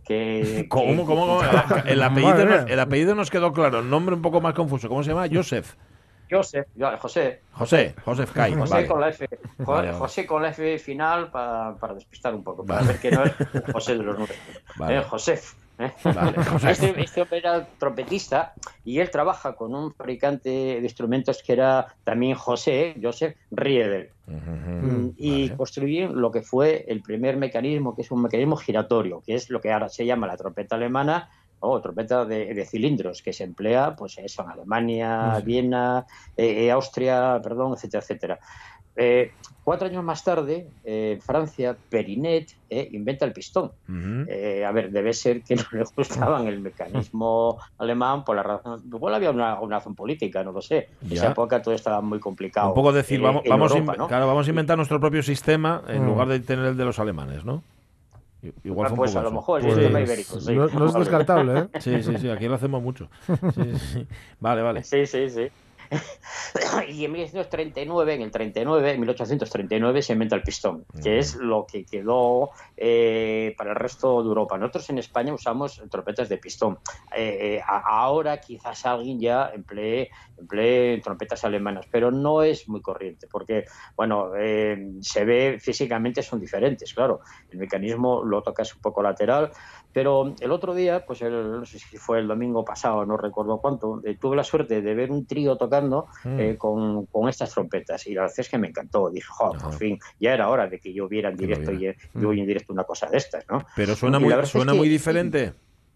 [SPEAKER 6] que...
[SPEAKER 3] ¿Cómo,
[SPEAKER 6] que,
[SPEAKER 3] cómo, cómo?
[SPEAKER 6] que,
[SPEAKER 3] El, apellido nos, el apellido nos quedó claro, el nombre un poco más confuso. ¿Cómo se llama? Joseph.
[SPEAKER 6] Joseph, José.
[SPEAKER 3] José, Joseph Kai.
[SPEAKER 6] José
[SPEAKER 3] Vale.
[SPEAKER 6] con la F,
[SPEAKER 3] Vale, vale.
[SPEAKER 6] José con la F final para, para despistar un poco, para
[SPEAKER 3] Vale.
[SPEAKER 6] ver que no es José de los nuestros.
[SPEAKER 3] Vale.
[SPEAKER 6] Eh, Joseph. ¿eh?
[SPEAKER 3] Vale, Joseph.
[SPEAKER 6] Este, este hombre era trompetista y él trabaja con un fabricante de instrumentos que era también José, Joseph Riedel.
[SPEAKER 3] Ujú.
[SPEAKER 6] Y
[SPEAKER 3] Vale.
[SPEAKER 6] construyen lo que fue el primer mecanismo, que es un mecanismo giratorio, que es lo que ahora se llama la trompeta alemana o trompeta de, de cilindros, que se emplea pues eso, en Alemania,
[SPEAKER 3] Sí.
[SPEAKER 6] Viena, eh, eh, Austria, perdón, etcétera, etcétera. Eh, cuatro años más tarde, eh, en Francia, Perinet eh, inventa el pistón.
[SPEAKER 3] Ujú.
[SPEAKER 6] Eh, a ver, debe ser que no le gustaban el mecanismo alemán por la razón. Igual había una, una razón política, no lo sé. En
[SPEAKER 3] Ya.
[SPEAKER 6] esa época todo estaba muy complicado.
[SPEAKER 3] Un poco decir,
[SPEAKER 6] eh,
[SPEAKER 3] vamos,
[SPEAKER 6] en
[SPEAKER 3] vamos, a
[SPEAKER 6] Europa,
[SPEAKER 3] in-
[SPEAKER 6] ¿no?
[SPEAKER 3] claro, vamos a inventar nuestro propio sistema en
[SPEAKER 4] Mm.
[SPEAKER 3] lugar de tener el de los alemanes, ¿no? I- Igual fue un
[SPEAKER 6] Pues
[SPEAKER 3] poco
[SPEAKER 6] a lo
[SPEAKER 3] eso.
[SPEAKER 6] mejor es
[SPEAKER 4] Pues,
[SPEAKER 6] el tema ibérico. Sí,
[SPEAKER 4] no, no es descartable, ¿eh?
[SPEAKER 3] Sí, sí, sí, aquí lo hacemos mucho. Sí, sí. Vale, vale.
[SPEAKER 6] Sí, sí, sí. Y en mil novecientos treinta y nueve, en el treinta y nueve, en mil ochocientos treinta y nueve se inventa el pistón, que es lo que quedó eh, para el resto de Europa. Nosotros en España usamos trompetas de pistón. Eh, eh, a- ahora quizás alguien ya emplee, emplee trompetas alemanas, pero no es muy corriente, porque bueno, eh, se ve físicamente son diferentes, claro. El mecanismo lo tocas un poco lateral, pero el otro día, pues el, no sé si fue el domingo pasado, no recuerdo cuánto, eh, tuve la suerte de ver un trío tocando
[SPEAKER 3] Mm.
[SPEAKER 6] eh, con, con estas trompetas y la verdad es que me encantó. Dije, joder, por
[SPEAKER 3] Ajá.
[SPEAKER 6] fin, ya era hora de que yo viera en
[SPEAKER 3] Que lo
[SPEAKER 6] directo y,
[SPEAKER 3] viera.
[SPEAKER 6] y hoy en directo una cosa de estas, ¿no?
[SPEAKER 3] Pero suena
[SPEAKER 6] Y la
[SPEAKER 3] muy,
[SPEAKER 6] verdad es
[SPEAKER 3] suena
[SPEAKER 6] que-
[SPEAKER 3] muy diferente.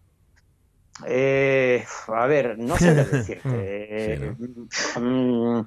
[SPEAKER 6] Eh, a ver, no sé qué decirte.
[SPEAKER 3] Sí,
[SPEAKER 6] Mm,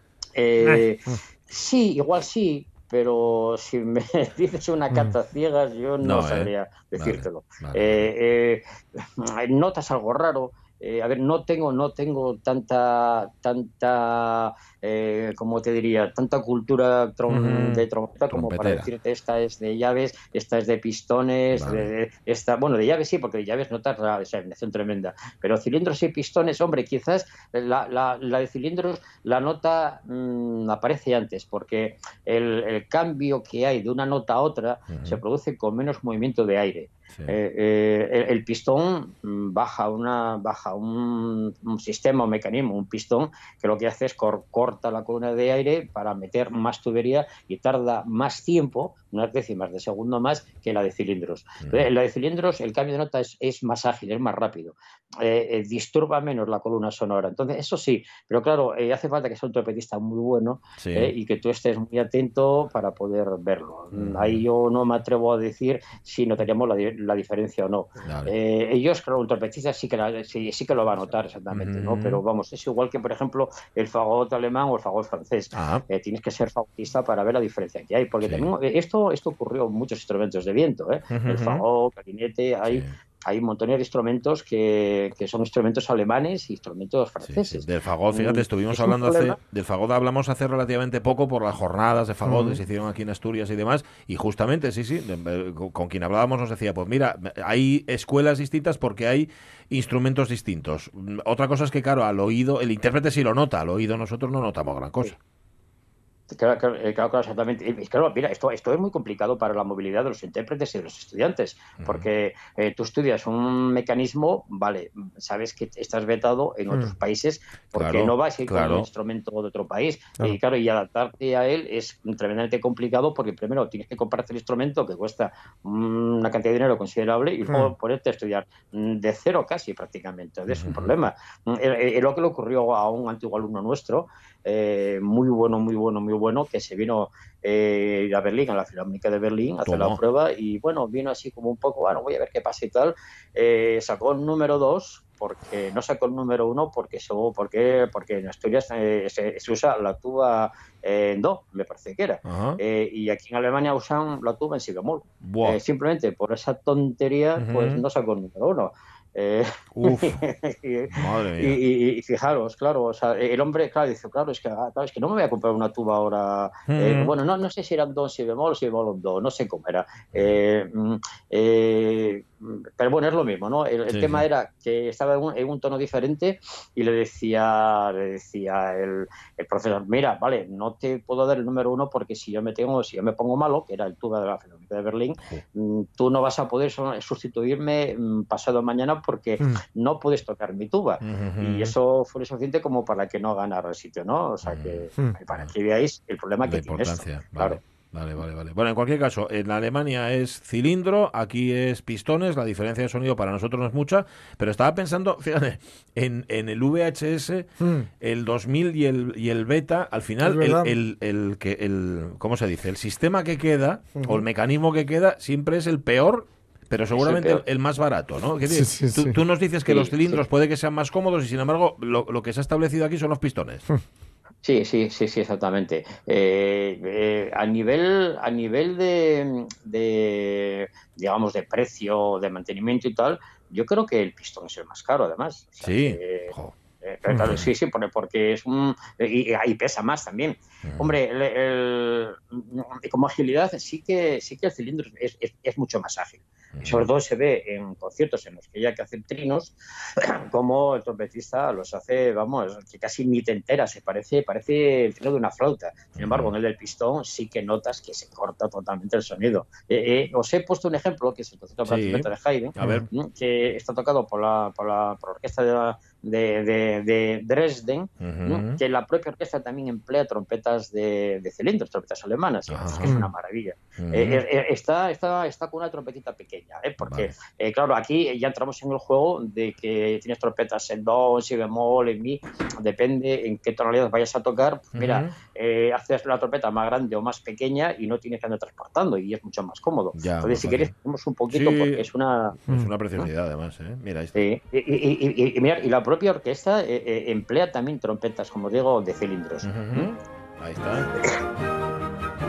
[SPEAKER 6] eh, sí, igual sí, pero si me dices una cata ciegas, yo no,
[SPEAKER 3] No, ¿eh?
[SPEAKER 6] sabría decírtelo.
[SPEAKER 3] Vale,
[SPEAKER 6] Eh, eh, notas algo raro. Eh, a ver, no tengo, no tengo tanta, tanta, eh, ¿cómo te diría? Tanta cultura trom-
[SPEAKER 3] Ujú.
[SPEAKER 6] de trompeta como para
[SPEAKER 3] Trompetera.
[SPEAKER 6] decirte esta es de llaves, esta es de pistones,
[SPEAKER 3] Vale.
[SPEAKER 6] de, de- esta, bueno, de llaves sí, porque de llaves notas la examinación tremenda, pero cilindros y pistones, hombre, quizás la, la, la de cilindros, la nota mmm, aparece antes, porque el, el cambio que hay de una nota a otra
[SPEAKER 3] Ujú.
[SPEAKER 6] se produce con menos movimiento de aire.
[SPEAKER 3] Sí.
[SPEAKER 6] Eh, eh, el, el pistón mm, baja una baja un, un sistema, un mecanismo, un pistón que lo que hace es cor, corta la columna de aire para meter más tubería y tarda más tiempo, unas décimas de segundo más que la de cilindros.
[SPEAKER 3] Ujú.
[SPEAKER 6] Eh, la de cilindros, el cambio de nota es, es más ágil, es más rápido, eh, eh, disturba menos la columna sonora. Entonces, eso sí, pero claro, eh, hace falta que sea un trompetista muy bueno
[SPEAKER 3] Sí.
[SPEAKER 6] eh, y que tú estés muy atento para poder verlo.
[SPEAKER 3] Ujú.
[SPEAKER 6] Ahí yo no me atrevo a decir si notaríamos la, di- la diferencia o no.
[SPEAKER 3] Vale.
[SPEAKER 6] Eh, ellos, claro, un trompetista sí que, la- sí, sí que lo va a notar exactamente, ¿no?
[SPEAKER 3] Ujú.
[SPEAKER 6] Pero vamos, es igual que, por ejemplo, el fagot alemán o el fagot francés.
[SPEAKER 3] Ah,
[SPEAKER 6] Eh, tienes que ser fagotista para ver la diferencia que hay, porque
[SPEAKER 3] Sí.
[SPEAKER 6] también eh, esto, esto ocurrió en muchos instrumentos de viento, ¿eh?
[SPEAKER 3] Ujú.
[SPEAKER 6] El fagot, clarinete, hay,
[SPEAKER 3] sí,
[SPEAKER 6] hay montones de instrumentos que, que son instrumentos alemanes y instrumentos
[SPEAKER 3] sí,
[SPEAKER 6] franceses.
[SPEAKER 3] sí. Del fagot, fíjate,
[SPEAKER 6] Mm,
[SPEAKER 3] estuvimos
[SPEAKER 6] es un
[SPEAKER 3] hablando hace.
[SPEAKER 6] problema.
[SPEAKER 3] Del fagot hablamos hace relativamente poco por las jornadas de fagot que
[SPEAKER 4] Ujú.
[SPEAKER 3] se hicieron aquí en Asturias y demás. Y justamente, sí, sí, de- con, con quien hablábamos nos decía, pues mira, hay escuelas distintas porque hay instrumentos distintos. Mm, Otra cosa es que, claro, al oído, el intérprete sí lo nota, al oído nosotros no notamos gran cosa.
[SPEAKER 6] Claro, claro, eh, claro, claro, exactamente. Y, claro, mira, esto, esto es muy complicado para la movilidad de los intérpretes y de los estudiantes, porque eh, tú estudias un mecanismo, vale, sabes que estás vetado en otros
[SPEAKER 4] Mm.
[SPEAKER 6] países porque
[SPEAKER 3] Claro,
[SPEAKER 6] no vas a ir con
[SPEAKER 3] claro.
[SPEAKER 6] un instrumento de otro país.
[SPEAKER 4] Claro.
[SPEAKER 6] Y claro, y adaptarte a él es tremendamente complicado porque primero tienes que comprarte el instrumento que cuesta una cantidad de dinero considerable y luego
[SPEAKER 4] Mm.
[SPEAKER 6] ponerte a estudiar mm, de cero casi prácticamente. Es un
[SPEAKER 3] Ujú.
[SPEAKER 6] problema. Mm, eh, eh, lo que le ocurrió a un antiguo alumno nuestro, eh, muy bueno, muy bueno, muy bueno, que se vino eh, a Berlín, a la Filarmónica de Berlín, a hacer
[SPEAKER 3] Toma.
[SPEAKER 6] la prueba y bueno, vino así como un poco, bueno, voy a ver qué pasa y tal. Eh, sacó el número dos porque no sacó el número uno porque, eso, porque, porque en Asturias eh, se, se usa la tuba eh, en do, me parece que era.
[SPEAKER 3] Ajá.
[SPEAKER 6] Eh, y aquí en Alemania usan la tuba en si bemol.
[SPEAKER 3] Buah.
[SPEAKER 6] Eh, simplemente por esa tontería,
[SPEAKER 3] Ujú.
[SPEAKER 6] pues no sacó el número uno. Eh,
[SPEAKER 3] Uf,
[SPEAKER 6] y,
[SPEAKER 3] madre
[SPEAKER 6] y,
[SPEAKER 3] mía.
[SPEAKER 6] y- y fijaros, claro, o sea, el hombre, claro, dice, claro, es que, ah, claro, es que no me voy a comprar una tuba ahora. eh,
[SPEAKER 3] Ujú.
[SPEAKER 6] bueno, no, no sé si era un do, si bemol, si bemol, un do, no sé cómo era. Eh, mm, eh, pero bueno, es lo mismo, ¿no? El, el
[SPEAKER 3] Sí,
[SPEAKER 6] tema
[SPEAKER 3] sí.
[SPEAKER 6] era que estaba en un, en un tono diferente y le decía, le decía el, el profesor, mira, vale, no te puedo dar el número uno porque si yo me tengo, si yo me pongo malo, que era el tuba de la Filarmónica de Berlín, mm, tú no vas a poder so- sustituirme mm, pasado mañana porque
[SPEAKER 4] Mm.
[SPEAKER 6] no puedes tocar mi tuba.
[SPEAKER 3] Ujú.
[SPEAKER 6] Y eso fue lo suficiente como para que no ganara el sitio, ¿no? O sea que
[SPEAKER 4] Mm.
[SPEAKER 6] para que veáis el problema
[SPEAKER 3] La
[SPEAKER 6] que tiene esto.
[SPEAKER 3] importancia, vale.
[SPEAKER 6] Claro.
[SPEAKER 3] Vale, vale, vale. Bueno, en cualquier caso, en Alemania es cilindro, aquí es pistones, la diferencia de sonido para nosotros no es mucha, pero estaba pensando, fíjate, en, en el V H S,
[SPEAKER 4] Mm.
[SPEAKER 3] el dos mil y el, y el beta, al
[SPEAKER 4] Es
[SPEAKER 3] final, el,
[SPEAKER 4] verdad.
[SPEAKER 3] el, el, que el, ¿cómo se dice? El sistema que queda, o el mecanismo que queda, siempre es el peor, pero seguramente el,
[SPEAKER 6] peor.
[SPEAKER 3] el más barato, ¿no? ¿Qué
[SPEAKER 4] Sí,
[SPEAKER 3] dices?
[SPEAKER 4] sí,
[SPEAKER 3] tú,
[SPEAKER 4] sí.
[SPEAKER 3] tú nos dices que
[SPEAKER 6] Sí,
[SPEAKER 3] los cilindros
[SPEAKER 6] sí.
[SPEAKER 3] puede que sean más cómodos y, sin embargo, lo, lo que se ha establecido aquí son los pistones.
[SPEAKER 6] Sí, sí, sí, sí, exactamente. Eh, eh, a nivel, a nivel de, de, digamos, de precio, de mantenimiento y tal, yo creo que el pistón es el más caro, además. O sea,
[SPEAKER 3] Sí.
[SPEAKER 6] que,
[SPEAKER 3] Jo.
[SPEAKER 6] eh, claro, sí, sí, porque, porque es un... Y, y pesa más también. Hombre, el, el- como agilidad sí que, sí que el cilindro es, es, es mucho más ágil. Sobre todo se ve en conciertos en los que hay que hacer trinos, como el trompetista los hace, vamos, que casi ni te enteras, se parece, parece el trino de una flauta. Sin embargo, en el del pistón sí que notas que se corta totalmente el sonido. Eh, eh, os he puesto un ejemplo, que es el concierto para
[SPEAKER 3] Sí.
[SPEAKER 6] trompeta de Haydn,
[SPEAKER 3] A ver.
[SPEAKER 6] ¿no? que está tocado por la, por la, por la orquesta de, la- de, de- de Dresden, ¿no?
[SPEAKER 3] Ujú.
[SPEAKER 6] que la propia orquesta también emplea trompetas de, de cilindros, trompetas alemanas.
[SPEAKER 3] Ajá.
[SPEAKER 6] Es que es una maravilla.
[SPEAKER 3] Ujú.
[SPEAKER 6] Eh, eh, eh, está, está, está con una trompetita pequeña, ¿eh? porque,
[SPEAKER 3] Vale.
[SPEAKER 6] eh, claro, aquí ya entramos en el juego de que tienes trompetas en do, si bemol, en mi, depende en qué tonalidad vayas a tocar. Pues mira,
[SPEAKER 3] Ujú.
[SPEAKER 6] eh, haces la trompeta más grande o más pequeña y no tienes que andar transportando y es mucho más cómodo.
[SPEAKER 3] Ya,
[SPEAKER 6] Entonces, si
[SPEAKER 3] más
[SPEAKER 6] queréis,
[SPEAKER 3] fácil.
[SPEAKER 6] vamos un poquito
[SPEAKER 3] Sí.
[SPEAKER 6] porque es una...
[SPEAKER 3] Es una preciosidad, además, ¿eh? Mira, ahí está.
[SPEAKER 6] Sí, y, y- y- y- y mirad, y la propia orquesta eh, eh, emplea también trompetas, como digo, de cilindros.
[SPEAKER 3] Ujú. Ahí está.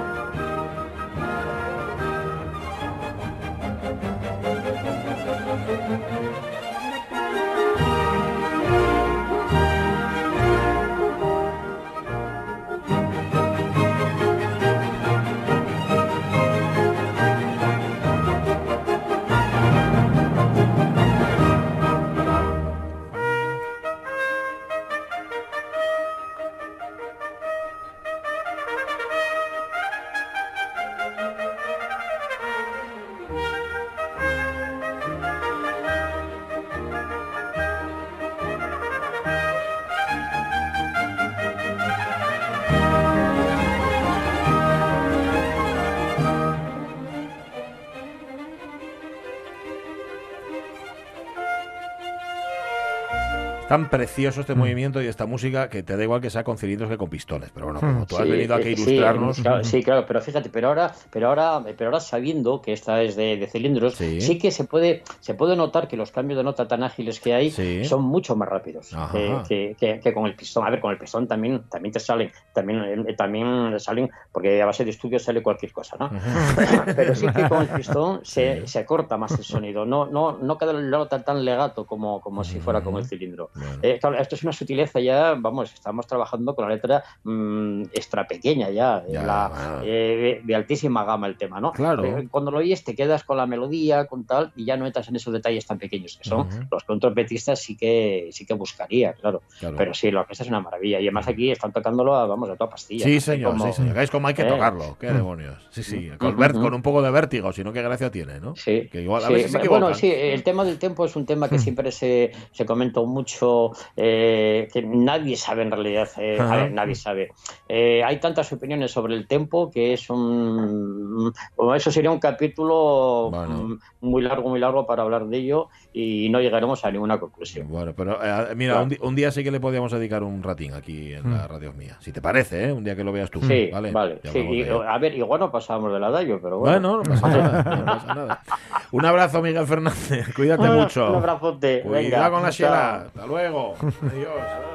[SPEAKER 3] Tan precioso este movimiento y esta música que te da igual que sea con cilindros que con pistones. Pero bueno, como tú has
[SPEAKER 6] Sí,
[SPEAKER 3] venido aquí a
[SPEAKER 6] eh, sí,
[SPEAKER 3] ilustrarnos...
[SPEAKER 6] claro, sí, claro, pero fíjate, pero ahora, pero ahora, pero ahora sabiendo que esta es de, de cilindros,
[SPEAKER 3] Sí.
[SPEAKER 6] sí. que se puede, se puede notar que los cambios de nota tan ágiles que hay
[SPEAKER 3] Sí.
[SPEAKER 6] son mucho más rápidos
[SPEAKER 3] Ajá.
[SPEAKER 6] que, que- que- que con el pistón. A ver, con el pistón también, también te salen, también, eh, también salen, porque a base de estudios sale cualquier cosa, ¿no? Pero sí que con el pistón se, se corta más el sonido, no, no, no queda la nota tan legato como, como si fuera con el cilindro.
[SPEAKER 3] Bueno.
[SPEAKER 6] Eh, claro, esto es una sutileza ya, vamos, estamos trabajando con la letra mmm, extra pequeña ya,
[SPEAKER 3] Ya,
[SPEAKER 6] la,
[SPEAKER 3] bueno.
[SPEAKER 6] eh, de, de altísima gama el tema, ¿no?
[SPEAKER 3] Claro.
[SPEAKER 6] Eh, cuando lo oyes te quedas con la melodía, con tal, y ya no entras en esos detalles tan pequeños que son
[SPEAKER 3] Ujú.
[SPEAKER 6] los que un trompetista sí que sí que buscaría, claro.
[SPEAKER 3] Claro.
[SPEAKER 6] Pero sí, la orquesta es una maravilla, y además aquí están tocándolo a, vamos, a toda pastilla.
[SPEAKER 3] Sí,
[SPEAKER 6] así
[SPEAKER 3] señor,
[SPEAKER 6] como-
[SPEAKER 3] sí, señor. Es como hay que
[SPEAKER 6] Eh.
[SPEAKER 3] tocarlo. Qué demonios. Sí, sí. Con,
[SPEAKER 6] Ujú,
[SPEAKER 3] ver-
[SPEAKER 6] ujú.
[SPEAKER 3] con un poco de vértigo, si no, qué gracia tiene, ¿no?
[SPEAKER 6] Sí,
[SPEAKER 3] Que igual, a
[SPEAKER 6] sí.
[SPEAKER 3] veces se
[SPEAKER 6] Bueno,
[SPEAKER 3] equivocan.
[SPEAKER 6] sí, el tema del tempo es un tema que siempre se, se comentó mucho, eh, que nadie sabe en realidad, eh, a
[SPEAKER 3] Ajá.
[SPEAKER 6] ver, nadie sabe. Eh, hay tantas opiniones sobre el tempo que es un... bueno, eso sería un capítulo
[SPEAKER 3] Bueno.
[SPEAKER 6] mm, muy largo, muy largo para hablar de ello y no llegaremos a ninguna conclusión.
[SPEAKER 3] Bueno, pero eh, mira,
[SPEAKER 6] Claro.
[SPEAKER 3] un, di- un día sí que le podíamos dedicar un ratín aquí en la radio mía. Si te parece, ¿eh? Un día que lo veas tú.
[SPEAKER 6] Sí,
[SPEAKER 3] ¿vale?
[SPEAKER 6] vale.
[SPEAKER 3] Ya
[SPEAKER 6] sí,
[SPEAKER 3] hablamos
[SPEAKER 6] y,
[SPEAKER 3] de ello.
[SPEAKER 6] a ver, igual no pasamos del adagio, pero bueno.
[SPEAKER 3] Bueno, no pasa nada, no pasa nada. Un abrazo, Miguel Fernández. Cuídate
[SPEAKER 6] Un
[SPEAKER 3] mucho.
[SPEAKER 6] abrazote.
[SPEAKER 3] Cuidado
[SPEAKER 6] Venga,
[SPEAKER 3] con la
[SPEAKER 6] chao.
[SPEAKER 3] Sheila. Hasta luego. Adiós.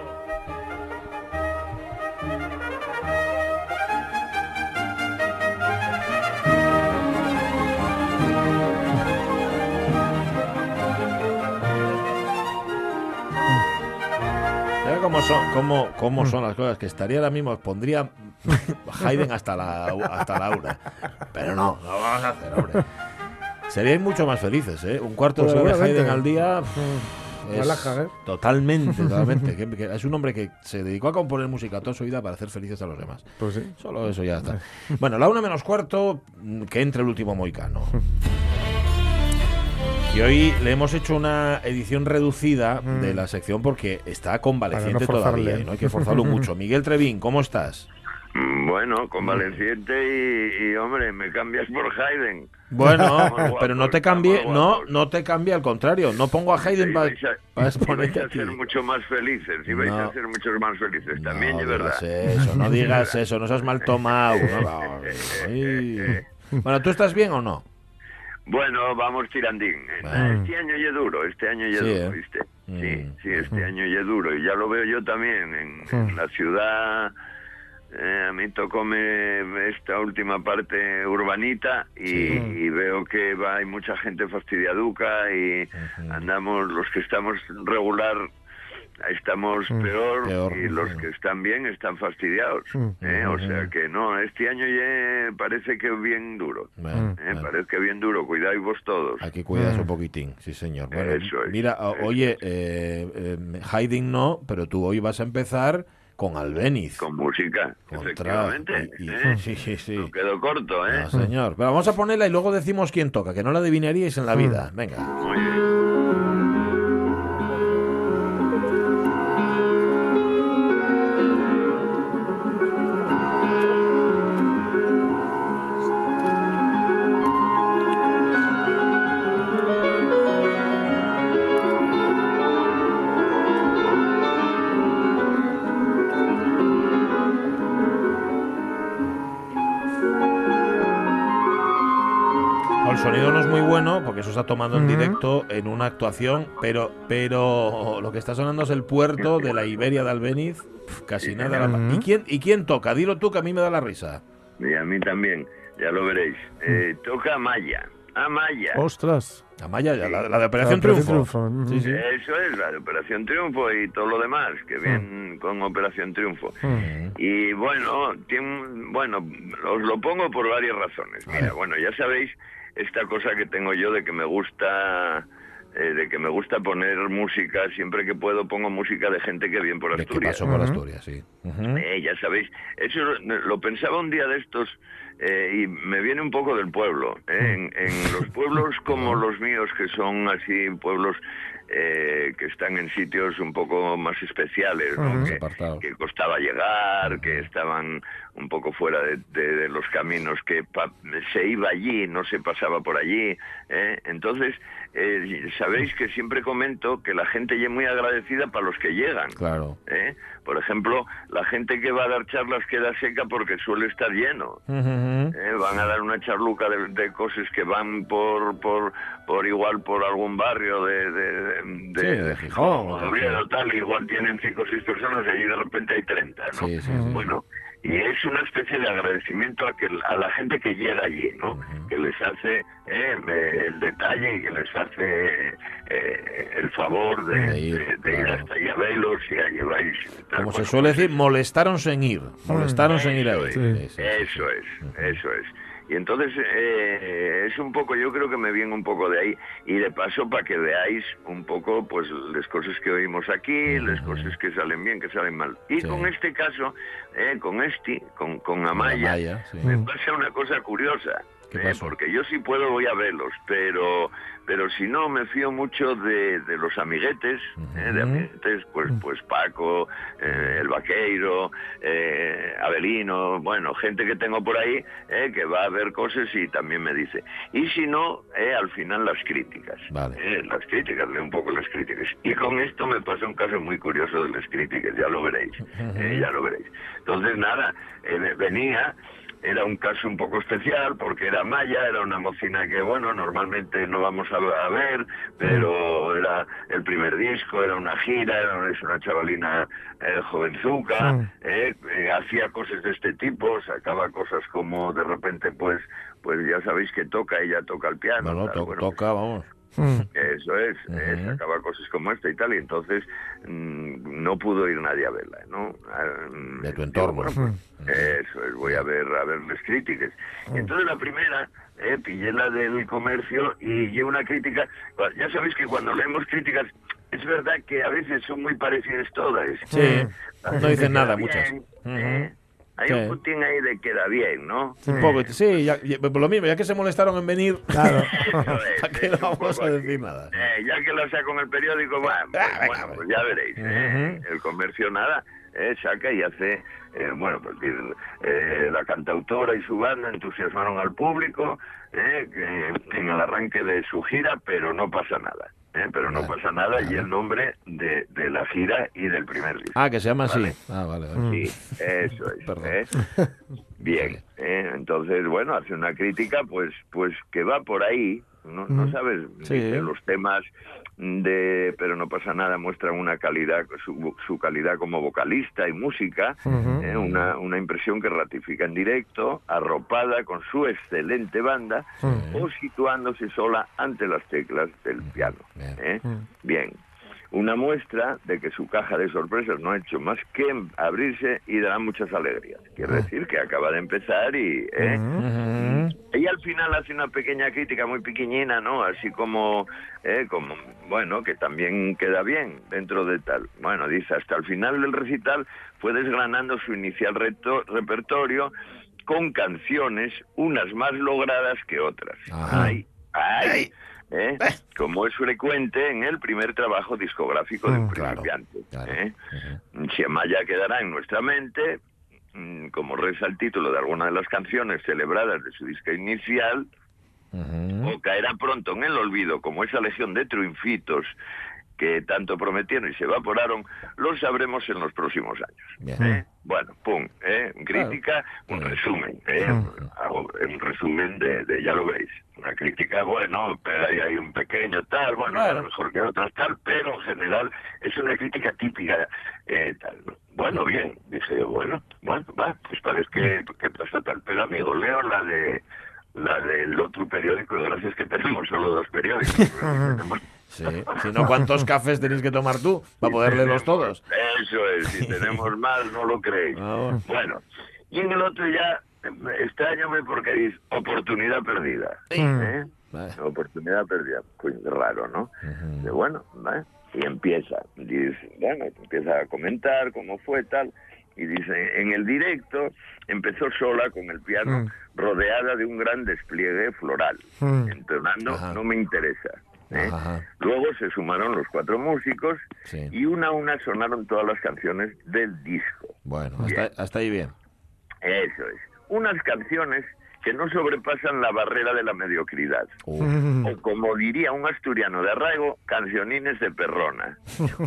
[SPEAKER 3] ¿Sabes cómo son, cómo, cómo son las cosas? Que estaría ahora mismo, pondría Haydn hasta la, hasta la aura. Pero no, no vamos a hacer, hombre. Seríais mucho más felices, ¿eh? Un cuarto
[SPEAKER 4] Pues
[SPEAKER 3] de hora de
[SPEAKER 4] seguramente.
[SPEAKER 3] Haydn al día... pff, es
[SPEAKER 4] Relaja, ¿eh?
[SPEAKER 3] Totalmente, totalmente. Que- que es un hombre que se dedicó a componer música toda su vida para hacer felices a los demás.
[SPEAKER 4] Pues sí.
[SPEAKER 3] Solo eso ya está. Bueno, la una menos cuarto, mm, que entre el último moicano. Y hoy le hemos hecho una edición reducida
[SPEAKER 4] Mm.
[SPEAKER 3] de la sección porque está convaleciente
[SPEAKER 4] Para no
[SPEAKER 3] todavía
[SPEAKER 4] forzarle.
[SPEAKER 3] y no hay que forzarlo mucho. Miguel Trevín, ¿cómo estás?
[SPEAKER 7] Bueno, convaleciente y, y, hombre, me cambias por Haydn.
[SPEAKER 3] Bueno,
[SPEAKER 7] Estamos
[SPEAKER 3] pero no
[SPEAKER 7] guapos,
[SPEAKER 3] te cambie,
[SPEAKER 7] estamos
[SPEAKER 3] no,
[SPEAKER 7] guapos.
[SPEAKER 3] no te cambie, al contrario, no pongo a Haydn
[SPEAKER 7] Y
[SPEAKER 3] para
[SPEAKER 7] vais a-
[SPEAKER 3] pa
[SPEAKER 7] y vais
[SPEAKER 3] exponerte
[SPEAKER 7] a
[SPEAKER 3] a ti.
[SPEAKER 7] ser mucho más felices, y vais
[SPEAKER 3] No.
[SPEAKER 7] a ser muchos más felices, también,
[SPEAKER 3] no
[SPEAKER 7] de verdad.
[SPEAKER 3] digas eso, no digas eso, no seas mal tomado. No, ay. Bueno, ¿tú estás bien o no?
[SPEAKER 7] Bueno, vamos tirandín.
[SPEAKER 3] Bueno.
[SPEAKER 7] Este año ya duro, este año ya
[SPEAKER 3] Sí,
[SPEAKER 7] duro,
[SPEAKER 3] ¿eh?
[SPEAKER 7] ¿viste?
[SPEAKER 3] Mm.
[SPEAKER 7] Sí, sí, este año ya duro. Y ya lo veo yo también en, en la ciudad. Eh, a mí tocóme esta última parte urbanita y,
[SPEAKER 3] Sí.
[SPEAKER 7] y veo que va, hay mucha gente fastidiaduca y
[SPEAKER 3] Ujú.
[SPEAKER 7] andamos, los que estamos regular estamos peor,
[SPEAKER 3] Peor.
[SPEAKER 7] y los
[SPEAKER 3] Ujú.
[SPEAKER 7] que están bien están fastidiados.
[SPEAKER 4] Mm.
[SPEAKER 7] ¿eh? O
[SPEAKER 3] Ujú.
[SPEAKER 7] sea que no, este año ya parece que bien duro.
[SPEAKER 3] Bueno,
[SPEAKER 7] ¿eh?
[SPEAKER 3] bueno.
[SPEAKER 7] Parece que bien duro, cuidáis vos todos.
[SPEAKER 3] Hay que cuidarse un poquitín, sí señor. Bueno,
[SPEAKER 7] Eso es,
[SPEAKER 3] mira, o-
[SPEAKER 7] eso
[SPEAKER 3] oye, eh, eh, Haydn no, pero tú hoy vas a empezar con Albéniz.
[SPEAKER 7] Con música,
[SPEAKER 3] Contra-
[SPEAKER 7] efectivamente.
[SPEAKER 3] y- y-
[SPEAKER 7] ¿eh?
[SPEAKER 3] Sí, sí, sí.
[SPEAKER 7] No quedó corto, ¿eh?
[SPEAKER 3] No, señor. Pero vamos a ponerla y luego decimos quién toca, que no la adivinaríais en la vida. Venga.
[SPEAKER 7] Muy bien.
[SPEAKER 3] El sonido no es muy bueno porque eso está tomando en
[SPEAKER 4] Ujú.
[SPEAKER 3] directo en una actuación, pero pero lo que está sonando es el puerto de la Iberia de Albéniz. Pf, casi nada. la pa-
[SPEAKER 4] Ujú.
[SPEAKER 3] ¿Y quién y quién toca? Dilo tú que a mí me da la risa.
[SPEAKER 7] Y a mí también, ya lo veréis. Eh, toca Amaya. Amaya.
[SPEAKER 4] Ostras.
[SPEAKER 3] Amaya, ya, la, la de Operación
[SPEAKER 4] La Operación
[SPEAKER 3] Triunfo.
[SPEAKER 4] Triunfo, ujú.
[SPEAKER 3] Sí, sí.
[SPEAKER 7] Eso es, la de Operación Triunfo y todo lo demás, que bien con Operación Triunfo.
[SPEAKER 4] Mm.
[SPEAKER 7] Y bueno, tiene, bueno, os lo pongo por varias razones. Mira, bueno, ya sabéis esta cosa que tengo yo de que me gusta, eh, de que me gusta poner música, siempre que puedo pongo música de gente que viene por
[SPEAKER 3] ¿De qué
[SPEAKER 7] Asturias.
[SPEAKER 3] pasó por
[SPEAKER 4] Ujú.
[SPEAKER 3] Asturias? Sí. Ujú.
[SPEAKER 7] Eh, ya sabéis, eso lo, lo pensaba un día de estos eh, y me viene un poco del pueblo. ¿eh? En, en los pueblos como los míos, que son así pueblos eh, que están en sitios un poco más especiales, ¿no?
[SPEAKER 4] Ujú.
[SPEAKER 7] que,
[SPEAKER 3] Apartados.
[SPEAKER 7] que costaba llegar, que estaban un poco fuera de, de- de los caminos, que pa- se iba allí, no se pasaba por allí. ¿eh? Entonces, eh, sabéis que siempre comento que la gente ya es muy agradecida para los que llegan.
[SPEAKER 3] Claro.
[SPEAKER 7] ¿eh? Por ejemplo, la gente que va a dar charlas queda seca porque suele estar lleno.
[SPEAKER 3] Ujú.
[SPEAKER 7] ¿eh? Van a dar una charluca de, de cosas que van por por por igual por algún barrio de de, de,
[SPEAKER 3] Sí, de Gijón, o
[SPEAKER 7] o
[SPEAKER 3] de
[SPEAKER 7] de Oviedo, tal, igual tienen cinco o seis personas y allí de repente hay treinta, ¿no?
[SPEAKER 3] Sí, sí, sí.
[SPEAKER 7] Bueno, y es una especie de agradecimiento a que a la gente que llega allí, ¿no? Que les hace eh, de- el detalle y que les hace eh, el favor de,
[SPEAKER 3] De ir,
[SPEAKER 7] de- de ir
[SPEAKER 3] claro.
[SPEAKER 7] hasta allá a verlos y a lleváis. tal.
[SPEAKER 3] Como se
[SPEAKER 7] Bueno,
[SPEAKER 3] suele
[SPEAKER 7] pues
[SPEAKER 3] decir, molestaronse en ir. Molestaronse en ir a
[SPEAKER 7] eso
[SPEAKER 3] ir.
[SPEAKER 7] es,
[SPEAKER 3] Sí, sí, sí,
[SPEAKER 7] eso
[SPEAKER 3] sí.
[SPEAKER 7] es, eso es. Y entonces eh, es un poco, yo creo que me viene un poco de ahí. Y de paso para que veáis un poco pues las cosas que oímos aquí, las cosas que salen bien, que salen mal. Y
[SPEAKER 3] Sí.
[SPEAKER 7] con este caso, eh, con este, con, con
[SPEAKER 3] Con
[SPEAKER 7] Amaya,
[SPEAKER 3] Amaya, sí.
[SPEAKER 7] me pasa una cosa curiosa.
[SPEAKER 3] ¿Qué
[SPEAKER 7] eh,
[SPEAKER 3] pasó?
[SPEAKER 7] porque yo si puedo voy a verlos, pero pero si no me fío mucho de, de los amiguetes, eh, de
[SPEAKER 3] Ujú.
[SPEAKER 7] amiguetes, pues pues Paco, eh, el Vaqueiro, eh, Abelino, bueno, gente que tengo por ahí eh, que va a ver cosas y también me dice. Y si no, eh, al final las críticas.
[SPEAKER 3] Vale.
[SPEAKER 7] Eh, las críticas, leo un poco las críticas. Y con esto me pasó un caso muy curioso de las críticas, ya lo veréis, eh, ya lo veréis. Entonces nada, eh, venía... Era un caso un poco especial porque era Maya, era una mocina que, bueno, normalmente no vamos a, a ver, pero era el primer disco, era una gira, era es una chavalina eh, jovenzuca,
[SPEAKER 4] Mm.
[SPEAKER 7] eh, eh, hacía cosas de este tipo, sacaba cosas como de repente, pues, pues ya sabéis que toca, ella toca el piano.
[SPEAKER 3] Bueno,
[SPEAKER 7] tal,
[SPEAKER 3] to-
[SPEAKER 7] bueno,
[SPEAKER 3] toca, vamos.
[SPEAKER 7] Mm. Eso es, uh-huh. eh, sacaba cosas como esta y tal, y entonces mmm, no pudo ir nadie a verla, ¿no?
[SPEAKER 3] De tu entorno.
[SPEAKER 7] Digo, bueno, pues, eso es, voy a ver a ver las críticas. Y entonces la primera, eh, pillé la del Comercio y llevo una crítica. Ya sabéis que cuando leemos críticas, es verdad que a veces son muy parecidas todas.
[SPEAKER 3] Sí, eh, no dicen nada
[SPEAKER 7] bien,
[SPEAKER 3] muchas.
[SPEAKER 7] Eh, Hay
[SPEAKER 3] sí.
[SPEAKER 7] un putín ahí de queda bien, ¿no?
[SPEAKER 3] Sí, un poco, sí, ya, ya, por lo mismo, ya que se molestaron en venir, claro, ¿para qué no vamos a decir nada?
[SPEAKER 7] Eh, ya que lo saco en el periódico, bueno, pues, ah, venga, bueno, pues ya veréis. Uh-huh. eh, el Comercio nada, eh, saca y hace, eh, bueno, pues eh, la cantautora y su banda entusiasmaron al público eh, que, en el arranque de su gira, pero no pasa nada. Eh, pero no pasa nada, y el nombre de, de la gira y del primer disco.
[SPEAKER 3] Ah, que se llama
[SPEAKER 7] ¿vale?
[SPEAKER 3] así. Ah, vale, vale.
[SPEAKER 7] Sí, eso es. ¿eh? Bien, eh, entonces, bueno, hace una crítica, pues, pues que va por ahí, no, mm. no sabes, sí. Dice, los temas de Pero no pasa nada muestran una calidad, su, su calidad como vocalista y música, uh-huh. eh, una, una impresión que ratifica en directo, arropada con su excelente banda, uh-huh. o situándose sola ante las teclas del piano. ¿eh? Uh-huh. Bien. Una muestra de que su caja de sorpresas no ha hecho más que abrirse y dará muchas alegrías. Quiere uh-huh. decir que acaba de empezar y... ¿eh? Uh-huh. Y al final hace una pequeña crítica muy pequeñina, ¿no? Así como, eh, como, bueno, que también queda bien dentro de tal. Bueno, dice, hasta el final del recital fue desgranando su inicial reto, repertorio con canciones, unas más logradas que otras. Uh-huh. ¡Ay! ¡Ay! ¡Ay! ¿Eh? Como es frecuente en el primer trabajo discográfico de un principiante. Claro, claro. ¿eh? Uh-huh. Xiamaya quedará en nuestra mente, como reza el título de alguna de las canciones celebradas de su disco inicial, uh-huh. o caerá pronto en el olvido, como esa legión de triunfitos que tanto prometieron y se evaporaron, lo sabremos en los próximos años. ¿eh? Bueno, pum, ¿eh? crítica, claro. un resumen, ¿eh? uh-huh. hago un resumen de, de ya lo veis. Una crítica, bueno, pero hay, hay un pequeño tal, bueno, claro. mejor que otras tal, pero en general es una crítica típica, eh, tal. Bueno, bien, dice, bueno, bueno, va, pues parece que, que pasa tal, pero amigo, leo la de la del otro periódico, gracias que tenemos solo dos periódicos. tenemos...
[SPEAKER 3] Sí, si no, ¿cuántos cafés tenéis que tomar tú para poder leerlos todos?
[SPEAKER 7] Eso es, si tenemos más, no lo creéis. Oh. Bueno, y en el otro ya, extrañame porque dice oportunidad perdida. Sí. ¿eh? Vale. Oportunidad perdida, pues raro, ¿no? Uh-huh. De, bueno, ¿vale? Y empieza, dice, bueno, empieza a comentar cómo fue tal, y dice, en el directo empezó sola con el piano, uh-huh. rodeada de un gran despliegue floral, uh-huh. entonando uh-huh. No me interesa. ¿eh? Luego se sumaron los cuatro músicos, sí. y una a una sonaron todas las canciones del disco.
[SPEAKER 3] Bueno, hasta, hasta ahí bien.
[SPEAKER 7] Eso es. Unas canciones que no sobrepasan la barrera de la mediocridad. Uh. O como diría un asturiano de arraigo, cancionines de perrona.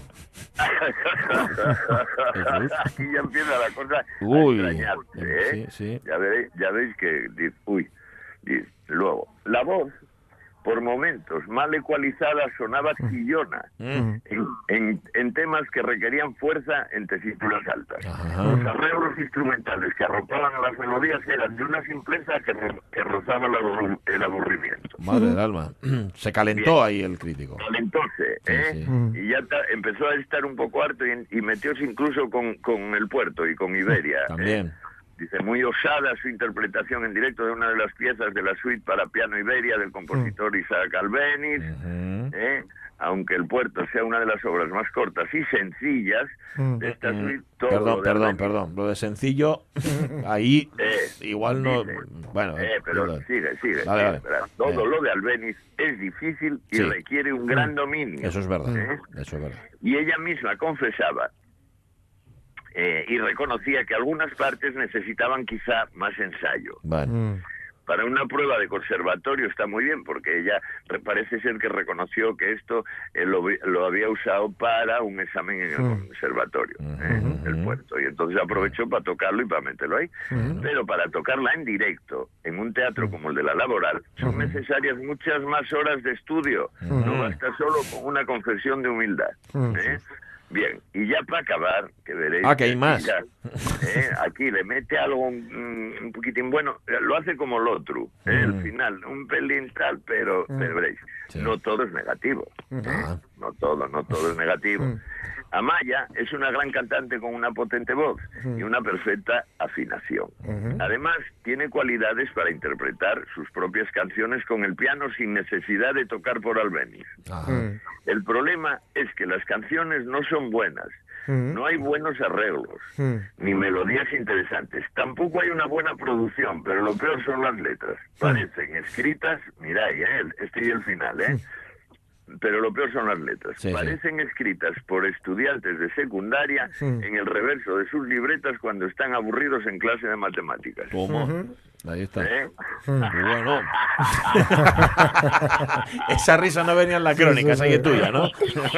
[SPEAKER 7] Aquí ya empieza la cosa
[SPEAKER 3] uy,
[SPEAKER 7] a extrañarse, ¿eh?
[SPEAKER 3] Sí, sí.
[SPEAKER 7] Ya veréis, ya veis que... Uy, dice, luego, la voz, por momentos mal ecualizada, sonaba chillona mm. en, en, en temas que requerían fuerza en tesituras altas. Ajá. Los arreglos instrumentales que arropaban a las melodías eran de una simpleza que, que rozaba el, el aburrimiento.
[SPEAKER 3] Madre del alma. Se calentó bien. Ahí el crítico.
[SPEAKER 7] Calentóse, ¿eh? Sí, sí. Y ya ta, empezó a estar un poco harto y, y metióse incluso con, con el Puerto y con Iberia.
[SPEAKER 3] También.
[SPEAKER 7] ¿eh? Dice, muy osada su interpretación en directo de una de las piezas de la suite para piano Iberia del compositor Isaac Albéniz, uh-huh. ¿eh? Aunque el Puerto sea una de las obras más cortas y sencillas uh-huh. de esta suite. Todo
[SPEAKER 3] perdón, perdón, Albéniz. perdón, lo de sencillo, ahí eh, igual no...
[SPEAKER 7] Dice,
[SPEAKER 3] bueno,
[SPEAKER 7] eh, pero perdón. sigue, sigue.
[SPEAKER 3] Vale,
[SPEAKER 7] sigue
[SPEAKER 3] vale.
[SPEAKER 7] Todo
[SPEAKER 3] eh.
[SPEAKER 7] lo de Albéniz es difícil y sí. requiere un gran dominio.
[SPEAKER 3] Eso es verdad,
[SPEAKER 7] ¿eh?
[SPEAKER 3] eso es verdad.
[SPEAKER 7] Y ella misma confesaba Eh, y reconocía que algunas partes necesitaban quizá más ensayo.
[SPEAKER 3] Bueno. Mm.
[SPEAKER 7] Para una prueba de conservatorio está muy bien, porque ella parece ser que reconoció que esto eh, lo, lo había usado para un examen en el mm. conservatorio, uh-huh, eh, uh-huh. el Puerto, y entonces aprovechó para tocarlo y para meterlo ahí. Uh-huh. Pero para tocarla en directo, en un teatro uh-huh. como el de la Laboral, son uh-huh. necesarias muchas más horas de estudio. Uh-huh. No basta solo con una confesión de humildad. Uh-huh. ¿eh? Bien, y ya para acabar, que veréis...
[SPEAKER 3] Ah, que hay más.
[SPEAKER 7] Ya, eh, aquí le mete algo un, un poquitín bueno, lo hace como el otro, eh,
[SPEAKER 3] Mm.
[SPEAKER 7] el final, un pelín tal, pero,
[SPEAKER 4] Mm.
[SPEAKER 7] pero veréis,
[SPEAKER 3] Sí.
[SPEAKER 7] no todo es negativo, ¿eh?
[SPEAKER 3] Ah.
[SPEAKER 7] No todo, no todo es negativo.
[SPEAKER 4] Mm.
[SPEAKER 7] Amaya es una gran cantante con una potente voz y una perfecta afinación.
[SPEAKER 4] Ujú.
[SPEAKER 7] Además, tiene cualidades para interpretar sus propias canciones con el piano sin necesidad de tocar por Albéniz.
[SPEAKER 3] Ajá.
[SPEAKER 4] Mm.
[SPEAKER 7] El problema es que las canciones no son buenas,
[SPEAKER 4] Mm.
[SPEAKER 7] no hay buenos arreglos,
[SPEAKER 4] Mm.
[SPEAKER 7] ni melodías interesantes. Tampoco hay una buena producción, pero lo peor son las letras. Parecen escritas, mirad, ¿eh? Este y el final, ¿eh? Pero lo peor son las letras.
[SPEAKER 3] Sí, sí.
[SPEAKER 7] Parecen escritas por estudiantes de secundaria
[SPEAKER 4] Sí.
[SPEAKER 7] en el reverso de sus libretas cuando están aburridos en clase de matemáticas.
[SPEAKER 3] ¿Cómo?
[SPEAKER 4] Ujú.
[SPEAKER 3] Ahí está.
[SPEAKER 7] ¿Eh?
[SPEAKER 3] Bueno. Esa risa no venía en la crónica, esa que es tuya, ¿no?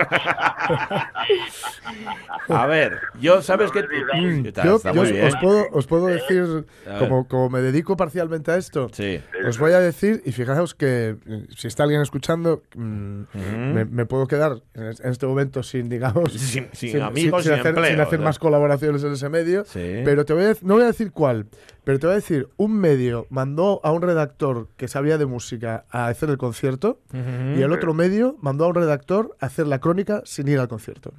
[SPEAKER 3] A ver, yo sabes que...
[SPEAKER 4] Mm,
[SPEAKER 3] Está,
[SPEAKER 4] yo
[SPEAKER 3] está
[SPEAKER 4] yo
[SPEAKER 3] muy
[SPEAKER 4] os,
[SPEAKER 3] bien.
[SPEAKER 4] os puedo, os puedo decir,
[SPEAKER 3] A ver.
[SPEAKER 4] como, como me dedico parcialmente a esto,
[SPEAKER 3] Sí.
[SPEAKER 4] os voy a decir, y fijaos que eh, si está alguien escuchando, mm, me, me puedo quedar en es- en este momento sin, digamos,
[SPEAKER 3] Sin- sin amigos,
[SPEAKER 4] sin
[SPEAKER 3] sin
[SPEAKER 4] hacer,
[SPEAKER 3] empleo,
[SPEAKER 4] sin hacer
[SPEAKER 3] ¿no?
[SPEAKER 4] más colaboraciones en ese medio.
[SPEAKER 3] Sí.
[SPEAKER 4] Pero te voy a, dec- no voy a decir cuál, pero te voy a decir, un medio mandó a un redactor que sabía de música a hacer el concierto y el otro medio mandó a un redactor a hacer la crónica sin ir al concierto.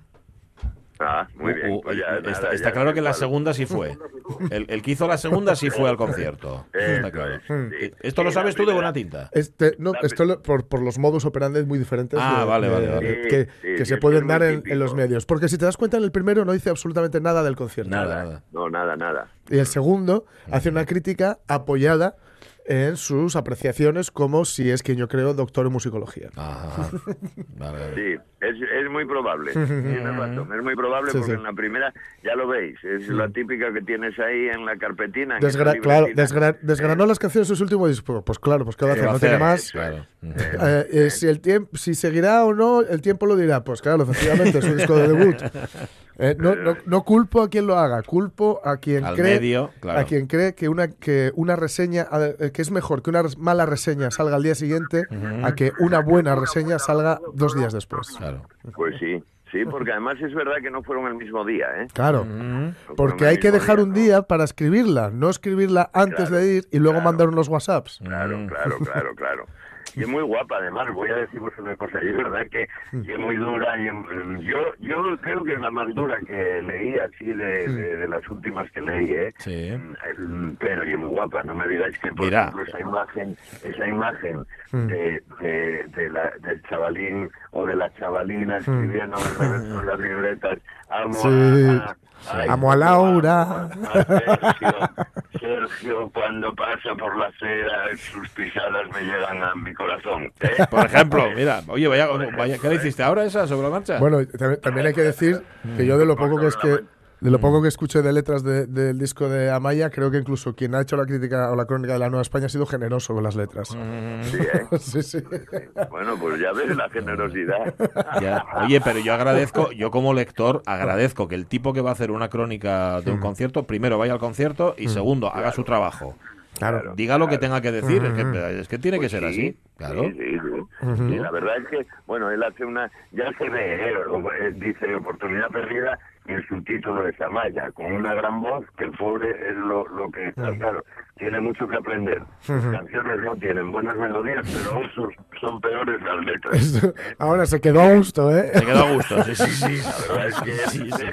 [SPEAKER 7] Ah, muy bien.
[SPEAKER 3] Uh, uh,
[SPEAKER 7] pues ya,
[SPEAKER 3] está
[SPEAKER 7] nada,
[SPEAKER 3] está
[SPEAKER 7] ya
[SPEAKER 3] claro
[SPEAKER 7] sé
[SPEAKER 3] que la
[SPEAKER 7] cuál.
[SPEAKER 3] segunda sí fue. El, el que hizo la segunda sí fue al concierto.
[SPEAKER 7] Eso
[SPEAKER 3] Está claro.
[SPEAKER 7] es,
[SPEAKER 4] Mm.
[SPEAKER 7] sí.
[SPEAKER 3] Esto lo
[SPEAKER 7] Sí,
[SPEAKER 3] sabes
[SPEAKER 7] la
[SPEAKER 3] tú de
[SPEAKER 7] primera-
[SPEAKER 3] buena tinta.
[SPEAKER 4] Este, no,
[SPEAKER 7] La-
[SPEAKER 4] esto lo- por, por los modus operandi muy diferentes
[SPEAKER 3] Ah,
[SPEAKER 4] de-
[SPEAKER 3] vale,
[SPEAKER 4] de-
[SPEAKER 3] vale, vale.
[SPEAKER 4] de- que,
[SPEAKER 7] Sí,
[SPEAKER 4] que
[SPEAKER 7] sí,
[SPEAKER 4] se
[SPEAKER 7] es
[SPEAKER 4] pueden
[SPEAKER 7] muy
[SPEAKER 4] dar en,
[SPEAKER 7] típico.
[SPEAKER 4] en los medios. Porque si te das cuenta, en el primero no dice absolutamente nada del concierto.
[SPEAKER 3] Nada,
[SPEAKER 7] Nada,
[SPEAKER 3] nada.
[SPEAKER 7] no, nada, nada.
[SPEAKER 4] Y el segundo hace una crítica apoyada en sus apreciaciones como si es quien yo creo doctor en musicología.
[SPEAKER 3] Ajá. Vale, vale.
[SPEAKER 7] Sí, es, es muy probable. Tienes razón, es muy probable
[SPEAKER 4] Sí,
[SPEAKER 7] porque
[SPEAKER 4] sí.
[SPEAKER 7] en la primera, ya lo veis, es la típica que tienes ahí en la carpetina. en
[SPEAKER 4] Desgra-
[SPEAKER 7] esa
[SPEAKER 4] claro,
[SPEAKER 7] libretina.
[SPEAKER 4] desgra- desgranó las canciones de su último disco. Pues claro, pues ¿qué va a
[SPEAKER 3] ¿Qué
[SPEAKER 4] hacer?
[SPEAKER 3] va a
[SPEAKER 4] No tiene
[SPEAKER 3] hacer?
[SPEAKER 4] más.
[SPEAKER 3] Claro.
[SPEAKER 4] Eh, eh, si el tiempo, si seguirá o no, el tiempo lo dirá. Pues claro, efectivamente, es un disco de debut. Eh, no, no, no culpo a quien lo haga, culpo a quien
[SPEAKER 3] Al
[SPEAKER 4] cree,
[SPEAKER 3] medio, claro.
[SPEAKER 4] a quien cree que una que una reseña, eh, que es mejor que una res- mala reseña salga al día siguiente a que una buena reseña salga dos días después.
[SPEAKER 3] Claro.
[SPEAKER 7] Pues sí, sí, porque además es verdad que no fueron el mismo día, ¿eh?
[SPEAKER 4] Claro,
[SPEAKER 7] No
[SPEAKER 4] porque
[SPEAKER 7] fueron el
[SPEAKER 4] hay que
[SPEAKER 7] mismo
[SPEAKER 4] dejar
[SPEAKER 7] día,
[SPEAKER 4] un
[SPEAKER 7] ¿no?
[SPEAKER 4] día para escribirla, no escribirla antes
[SPEAKER 7] Claro,
[SPEAKER 4] de ir y luego
[SPEAKER 7] claro.
[SPEAKER 4] mandar unos WhatsApps.
[SPEAKER 7] Claro,
[SPEAKER 3] Mm.
[SPEAKER 7] claro, claro, claro. Y es muy guapa, además, voy a deciros una cosa, y es verdad que y es muy dura, y es- yo yo creo que es la más dura que leí, así, de, de, de las últimas que leí, ¿eh?
[SPEAKER 3] Sí.
[SPEAKER 7] Mm, Pero, y es muy guapa, no me digáis que, por
[SPEAKER 3] Mira.
[SPEAKER 7] ejemplo, esa imagen, esa imagen de, de, de la, del chavalín o de la chavalina escribiendo en el reverso de las libretas, amo
[SPEAKER 4] Sí.
[SPEAKER 7] a... a- ay,
[SPEAKER 4] Amo a Laura.
[SPEAKER 7] a Sergio, Sergio, cuando pasa por la acera, sus pisadas me llegan a mi corazón. ¿eh?
[SPEAKER 3] Por ejemplo, mira, oye, vaya, vaya, ¿qué le hiciste ahora esa sobre la marcha?
[SPEAKER 4] Bueno, y también, también hay que decir que yo de lo poco que es que de lo poco que escuché de letras de- del disco de Amaya, creo que incluso quien ha hecho la crítica o la crónica de la Nueva España ha sido generoso con las letras.
[SPEAKER 7] Sí, ¿eh?
[SPEAKER 4] Sí, sí.
[SPEAKER 7] Bueno, pues ya ves la generosidad.
[SPEAKER 3] Ya. Oye, pero yo agradezco, yo como lector, agradezco que el tipo que va a hacer una crónica de un concierto, primero vaya al concierto y segundo, haga su trabajo.
[SPEAKER 4] Claro.
[SPEAKER 3] Diga lo que tenga que decir, es que, es que tiene que
[SPEAKER 7] Pues
[SPEAKER 3] ser
[SPEAKER 7] sí,
[SPEAKER 3] así. Claro.
[SPEAKER 7] Sí, sí, sí. Sí, la verdad es que, bueno, él hace una, ya se ve, ¿eh? O- eh, dice oportunidad perdida y el subtítulo es Amaya, con una gran voz, que el pobre es lo, lo que está claro. Tiene mucho que aprender. Sus canciones no tienen buenas melodías, pero aún sus- son peores las letras.
[SPEAKER 4] Esto- ahora se quedó a gusto, ¿eh?
[SPEAKER 3] Se quedó a gusto, sí, sí, sí.
[SPEAKER 7] La verdad es que
[SPEAKER 3] Sí, sí,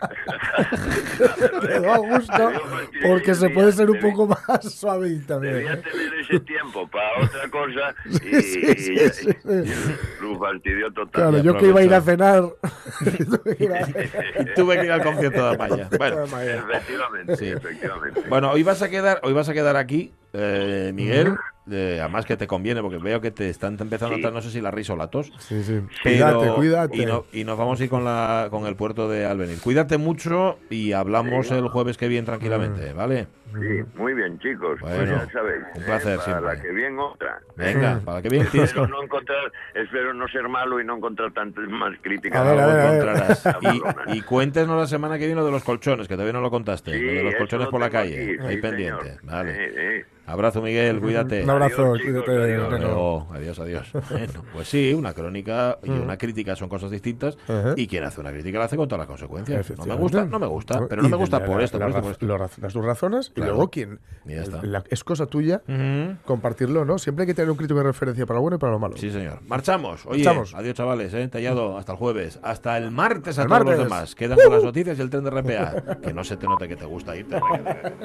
[SPEAKER 4] Se quedó a gusto porque se puede ser un poco más suavita.
[SPEAKER 7] Debía
[SPEAKER 4] Mira.
[SPEAKER 7] tener ese tiempo para otra cosa y,
[SPEAKER 4] Sí, sí, sí,
[SPEAKER 7] y-
[SPEAKER 4] sí, sí.
[SPEAKER 7] y lo fastidió total.
[SPEAKER 4] Claro,
[SPEAKER 3] Ya
[SPEAKER 4] yo que iba a ir a
[SPEAKER 3] aprovechó.
[SPEAKER 4] cenar. Tuve que ir a-
[SPEAKER 3] Y tuve que ir al concierto de Amaya. Bueno,
[SPEAKER 7] Efectivamente,
[SPEAKER 3] Sí.
[SPEAKER 7] efectivamente.
[SPEAKER 3] bueno, hoy vas a quedar, hoy vas a quedar aquí, eh, Miguel. eh, además que te conviene, porque veo que te están empezando a
[SPEAKER 7] Sí.
[SPEAKER 3] notar, no sé si la risa o la tos.
[SPEAKER 4] Sí, sí.
[SPEAKER 3] Pero-
[SPEAKER 4] Cuídate, cuídate.
[SPEAKER 3] Y, no- y nos vamos a ir con, la, con el puerto de Albenir. Cuídate mucho y hablamos el jueves que viene tranquilamente, ¿vale?
[SPEAKER 7] Sí, muy bien, chicos.
[SPEAKER 3] Bueno,
[SPEAKER 7] pues ya sabéis.
[SPEAKER 3] un placer
[SPEAKER 7] para
[SPEAKER 3] siempre.
[SPEAKER 7] la que viene otra.
[SPEAKER 3] Venga, para que bien tienes que...
[SPEAKER 7] Espero no encontrar, espero no ser malo y no encontrar tantas más críticas.
[SPEAKER 4] A ver, a
[SPEAKER 3] algo
[SPEAKER 4] ver, a ver.
[SPEAKER 3] encontrarás.
[SPEAKER 7] Cabronas.
[SPEAKER 3] Y, y cuéntenos la semana que viene lo de los colchones, que todavía no lo contaste.
[SPEAKER 7] Sí,
[SPEAKER 3] lo de los
[SPEAKER 7] eso
[SPEAKER 3] colchones
[SPEAKER 7] lo
[SPEAKER 3] por la
[SPEAKER 7] tengo
[SPEAKER 3] calle,
[SPEAKER 7] aquí,
[SPEAKER 3] ahí
[SPEAKER 7] sí,
[SPEAKER 3] pendiente.
[SPEAKER 7] señor.
[SPEAKER 3] Vale.
[SPEAKER 7] Sí, sí.
[SPEAKER 3] Abrazo, Miguel, cuídate.
[SPEAKER 4] Un abrazo,
[SPEAKER 7] Adiós, chicos,
[SPEAKER 4] cuídate.
[SPEAKER 7] adiós.
[SPEAKER 4] Neno.
[SPEAKER 3] Luego, adiós, adiós. Bueno, pues sí, una crónica y una crítica son cosas distintas.
[SPEAKER 4] Ajá.
[SPEAKER 3] Y quien hace una crítica la hace con todas las consecuencias. No me
[SPEAKER 4] Efectivamente.
[SPEAKER 3] gusta, no me gusta. Pero
[SPEAKER 4] Y
[SPEAKER 3] no me gusta
[SPEAKER 4] la-
[SPEAKER 3] por
[SPEAKER 4] la-
[SPEAKER 3] esto,
[SPEAKER 4] la
[SPEAKER 3] por esto,
[SPEAKER 4] raz-
[SPEAKER 3] por esto.
[SPEAKER 4] lo razonas, tus razones y
[SPEAKER 3] Claro.
[SPEAKER 4] luego quien.
[SPEAKER 3] Y ya está.
[SPEAKER 4] la- es cosa tuya
[SPEAKER 3] Ujú.
[SPEAKER 4] compartirlo, ¿no? Siempre hay que tener un crítico de referencia para lo bueno y para lo malo.
[SPEAKER 3] Sí, señor. Marchamos. Oye,
[SPEAKER 4] Marchamos.
[SPEAKER 3] adiós, chavales. ¿eh? Tallado. Hasta el jueves. Hasta el martes a
[SPEAKER 4] El
[SPEAKER 3] todos
[SPEAKER 4] martes.
[SPEAKER 3] los demás. Quedan con las noticias y el tren de R P A. Que no se te note que te gusta irte.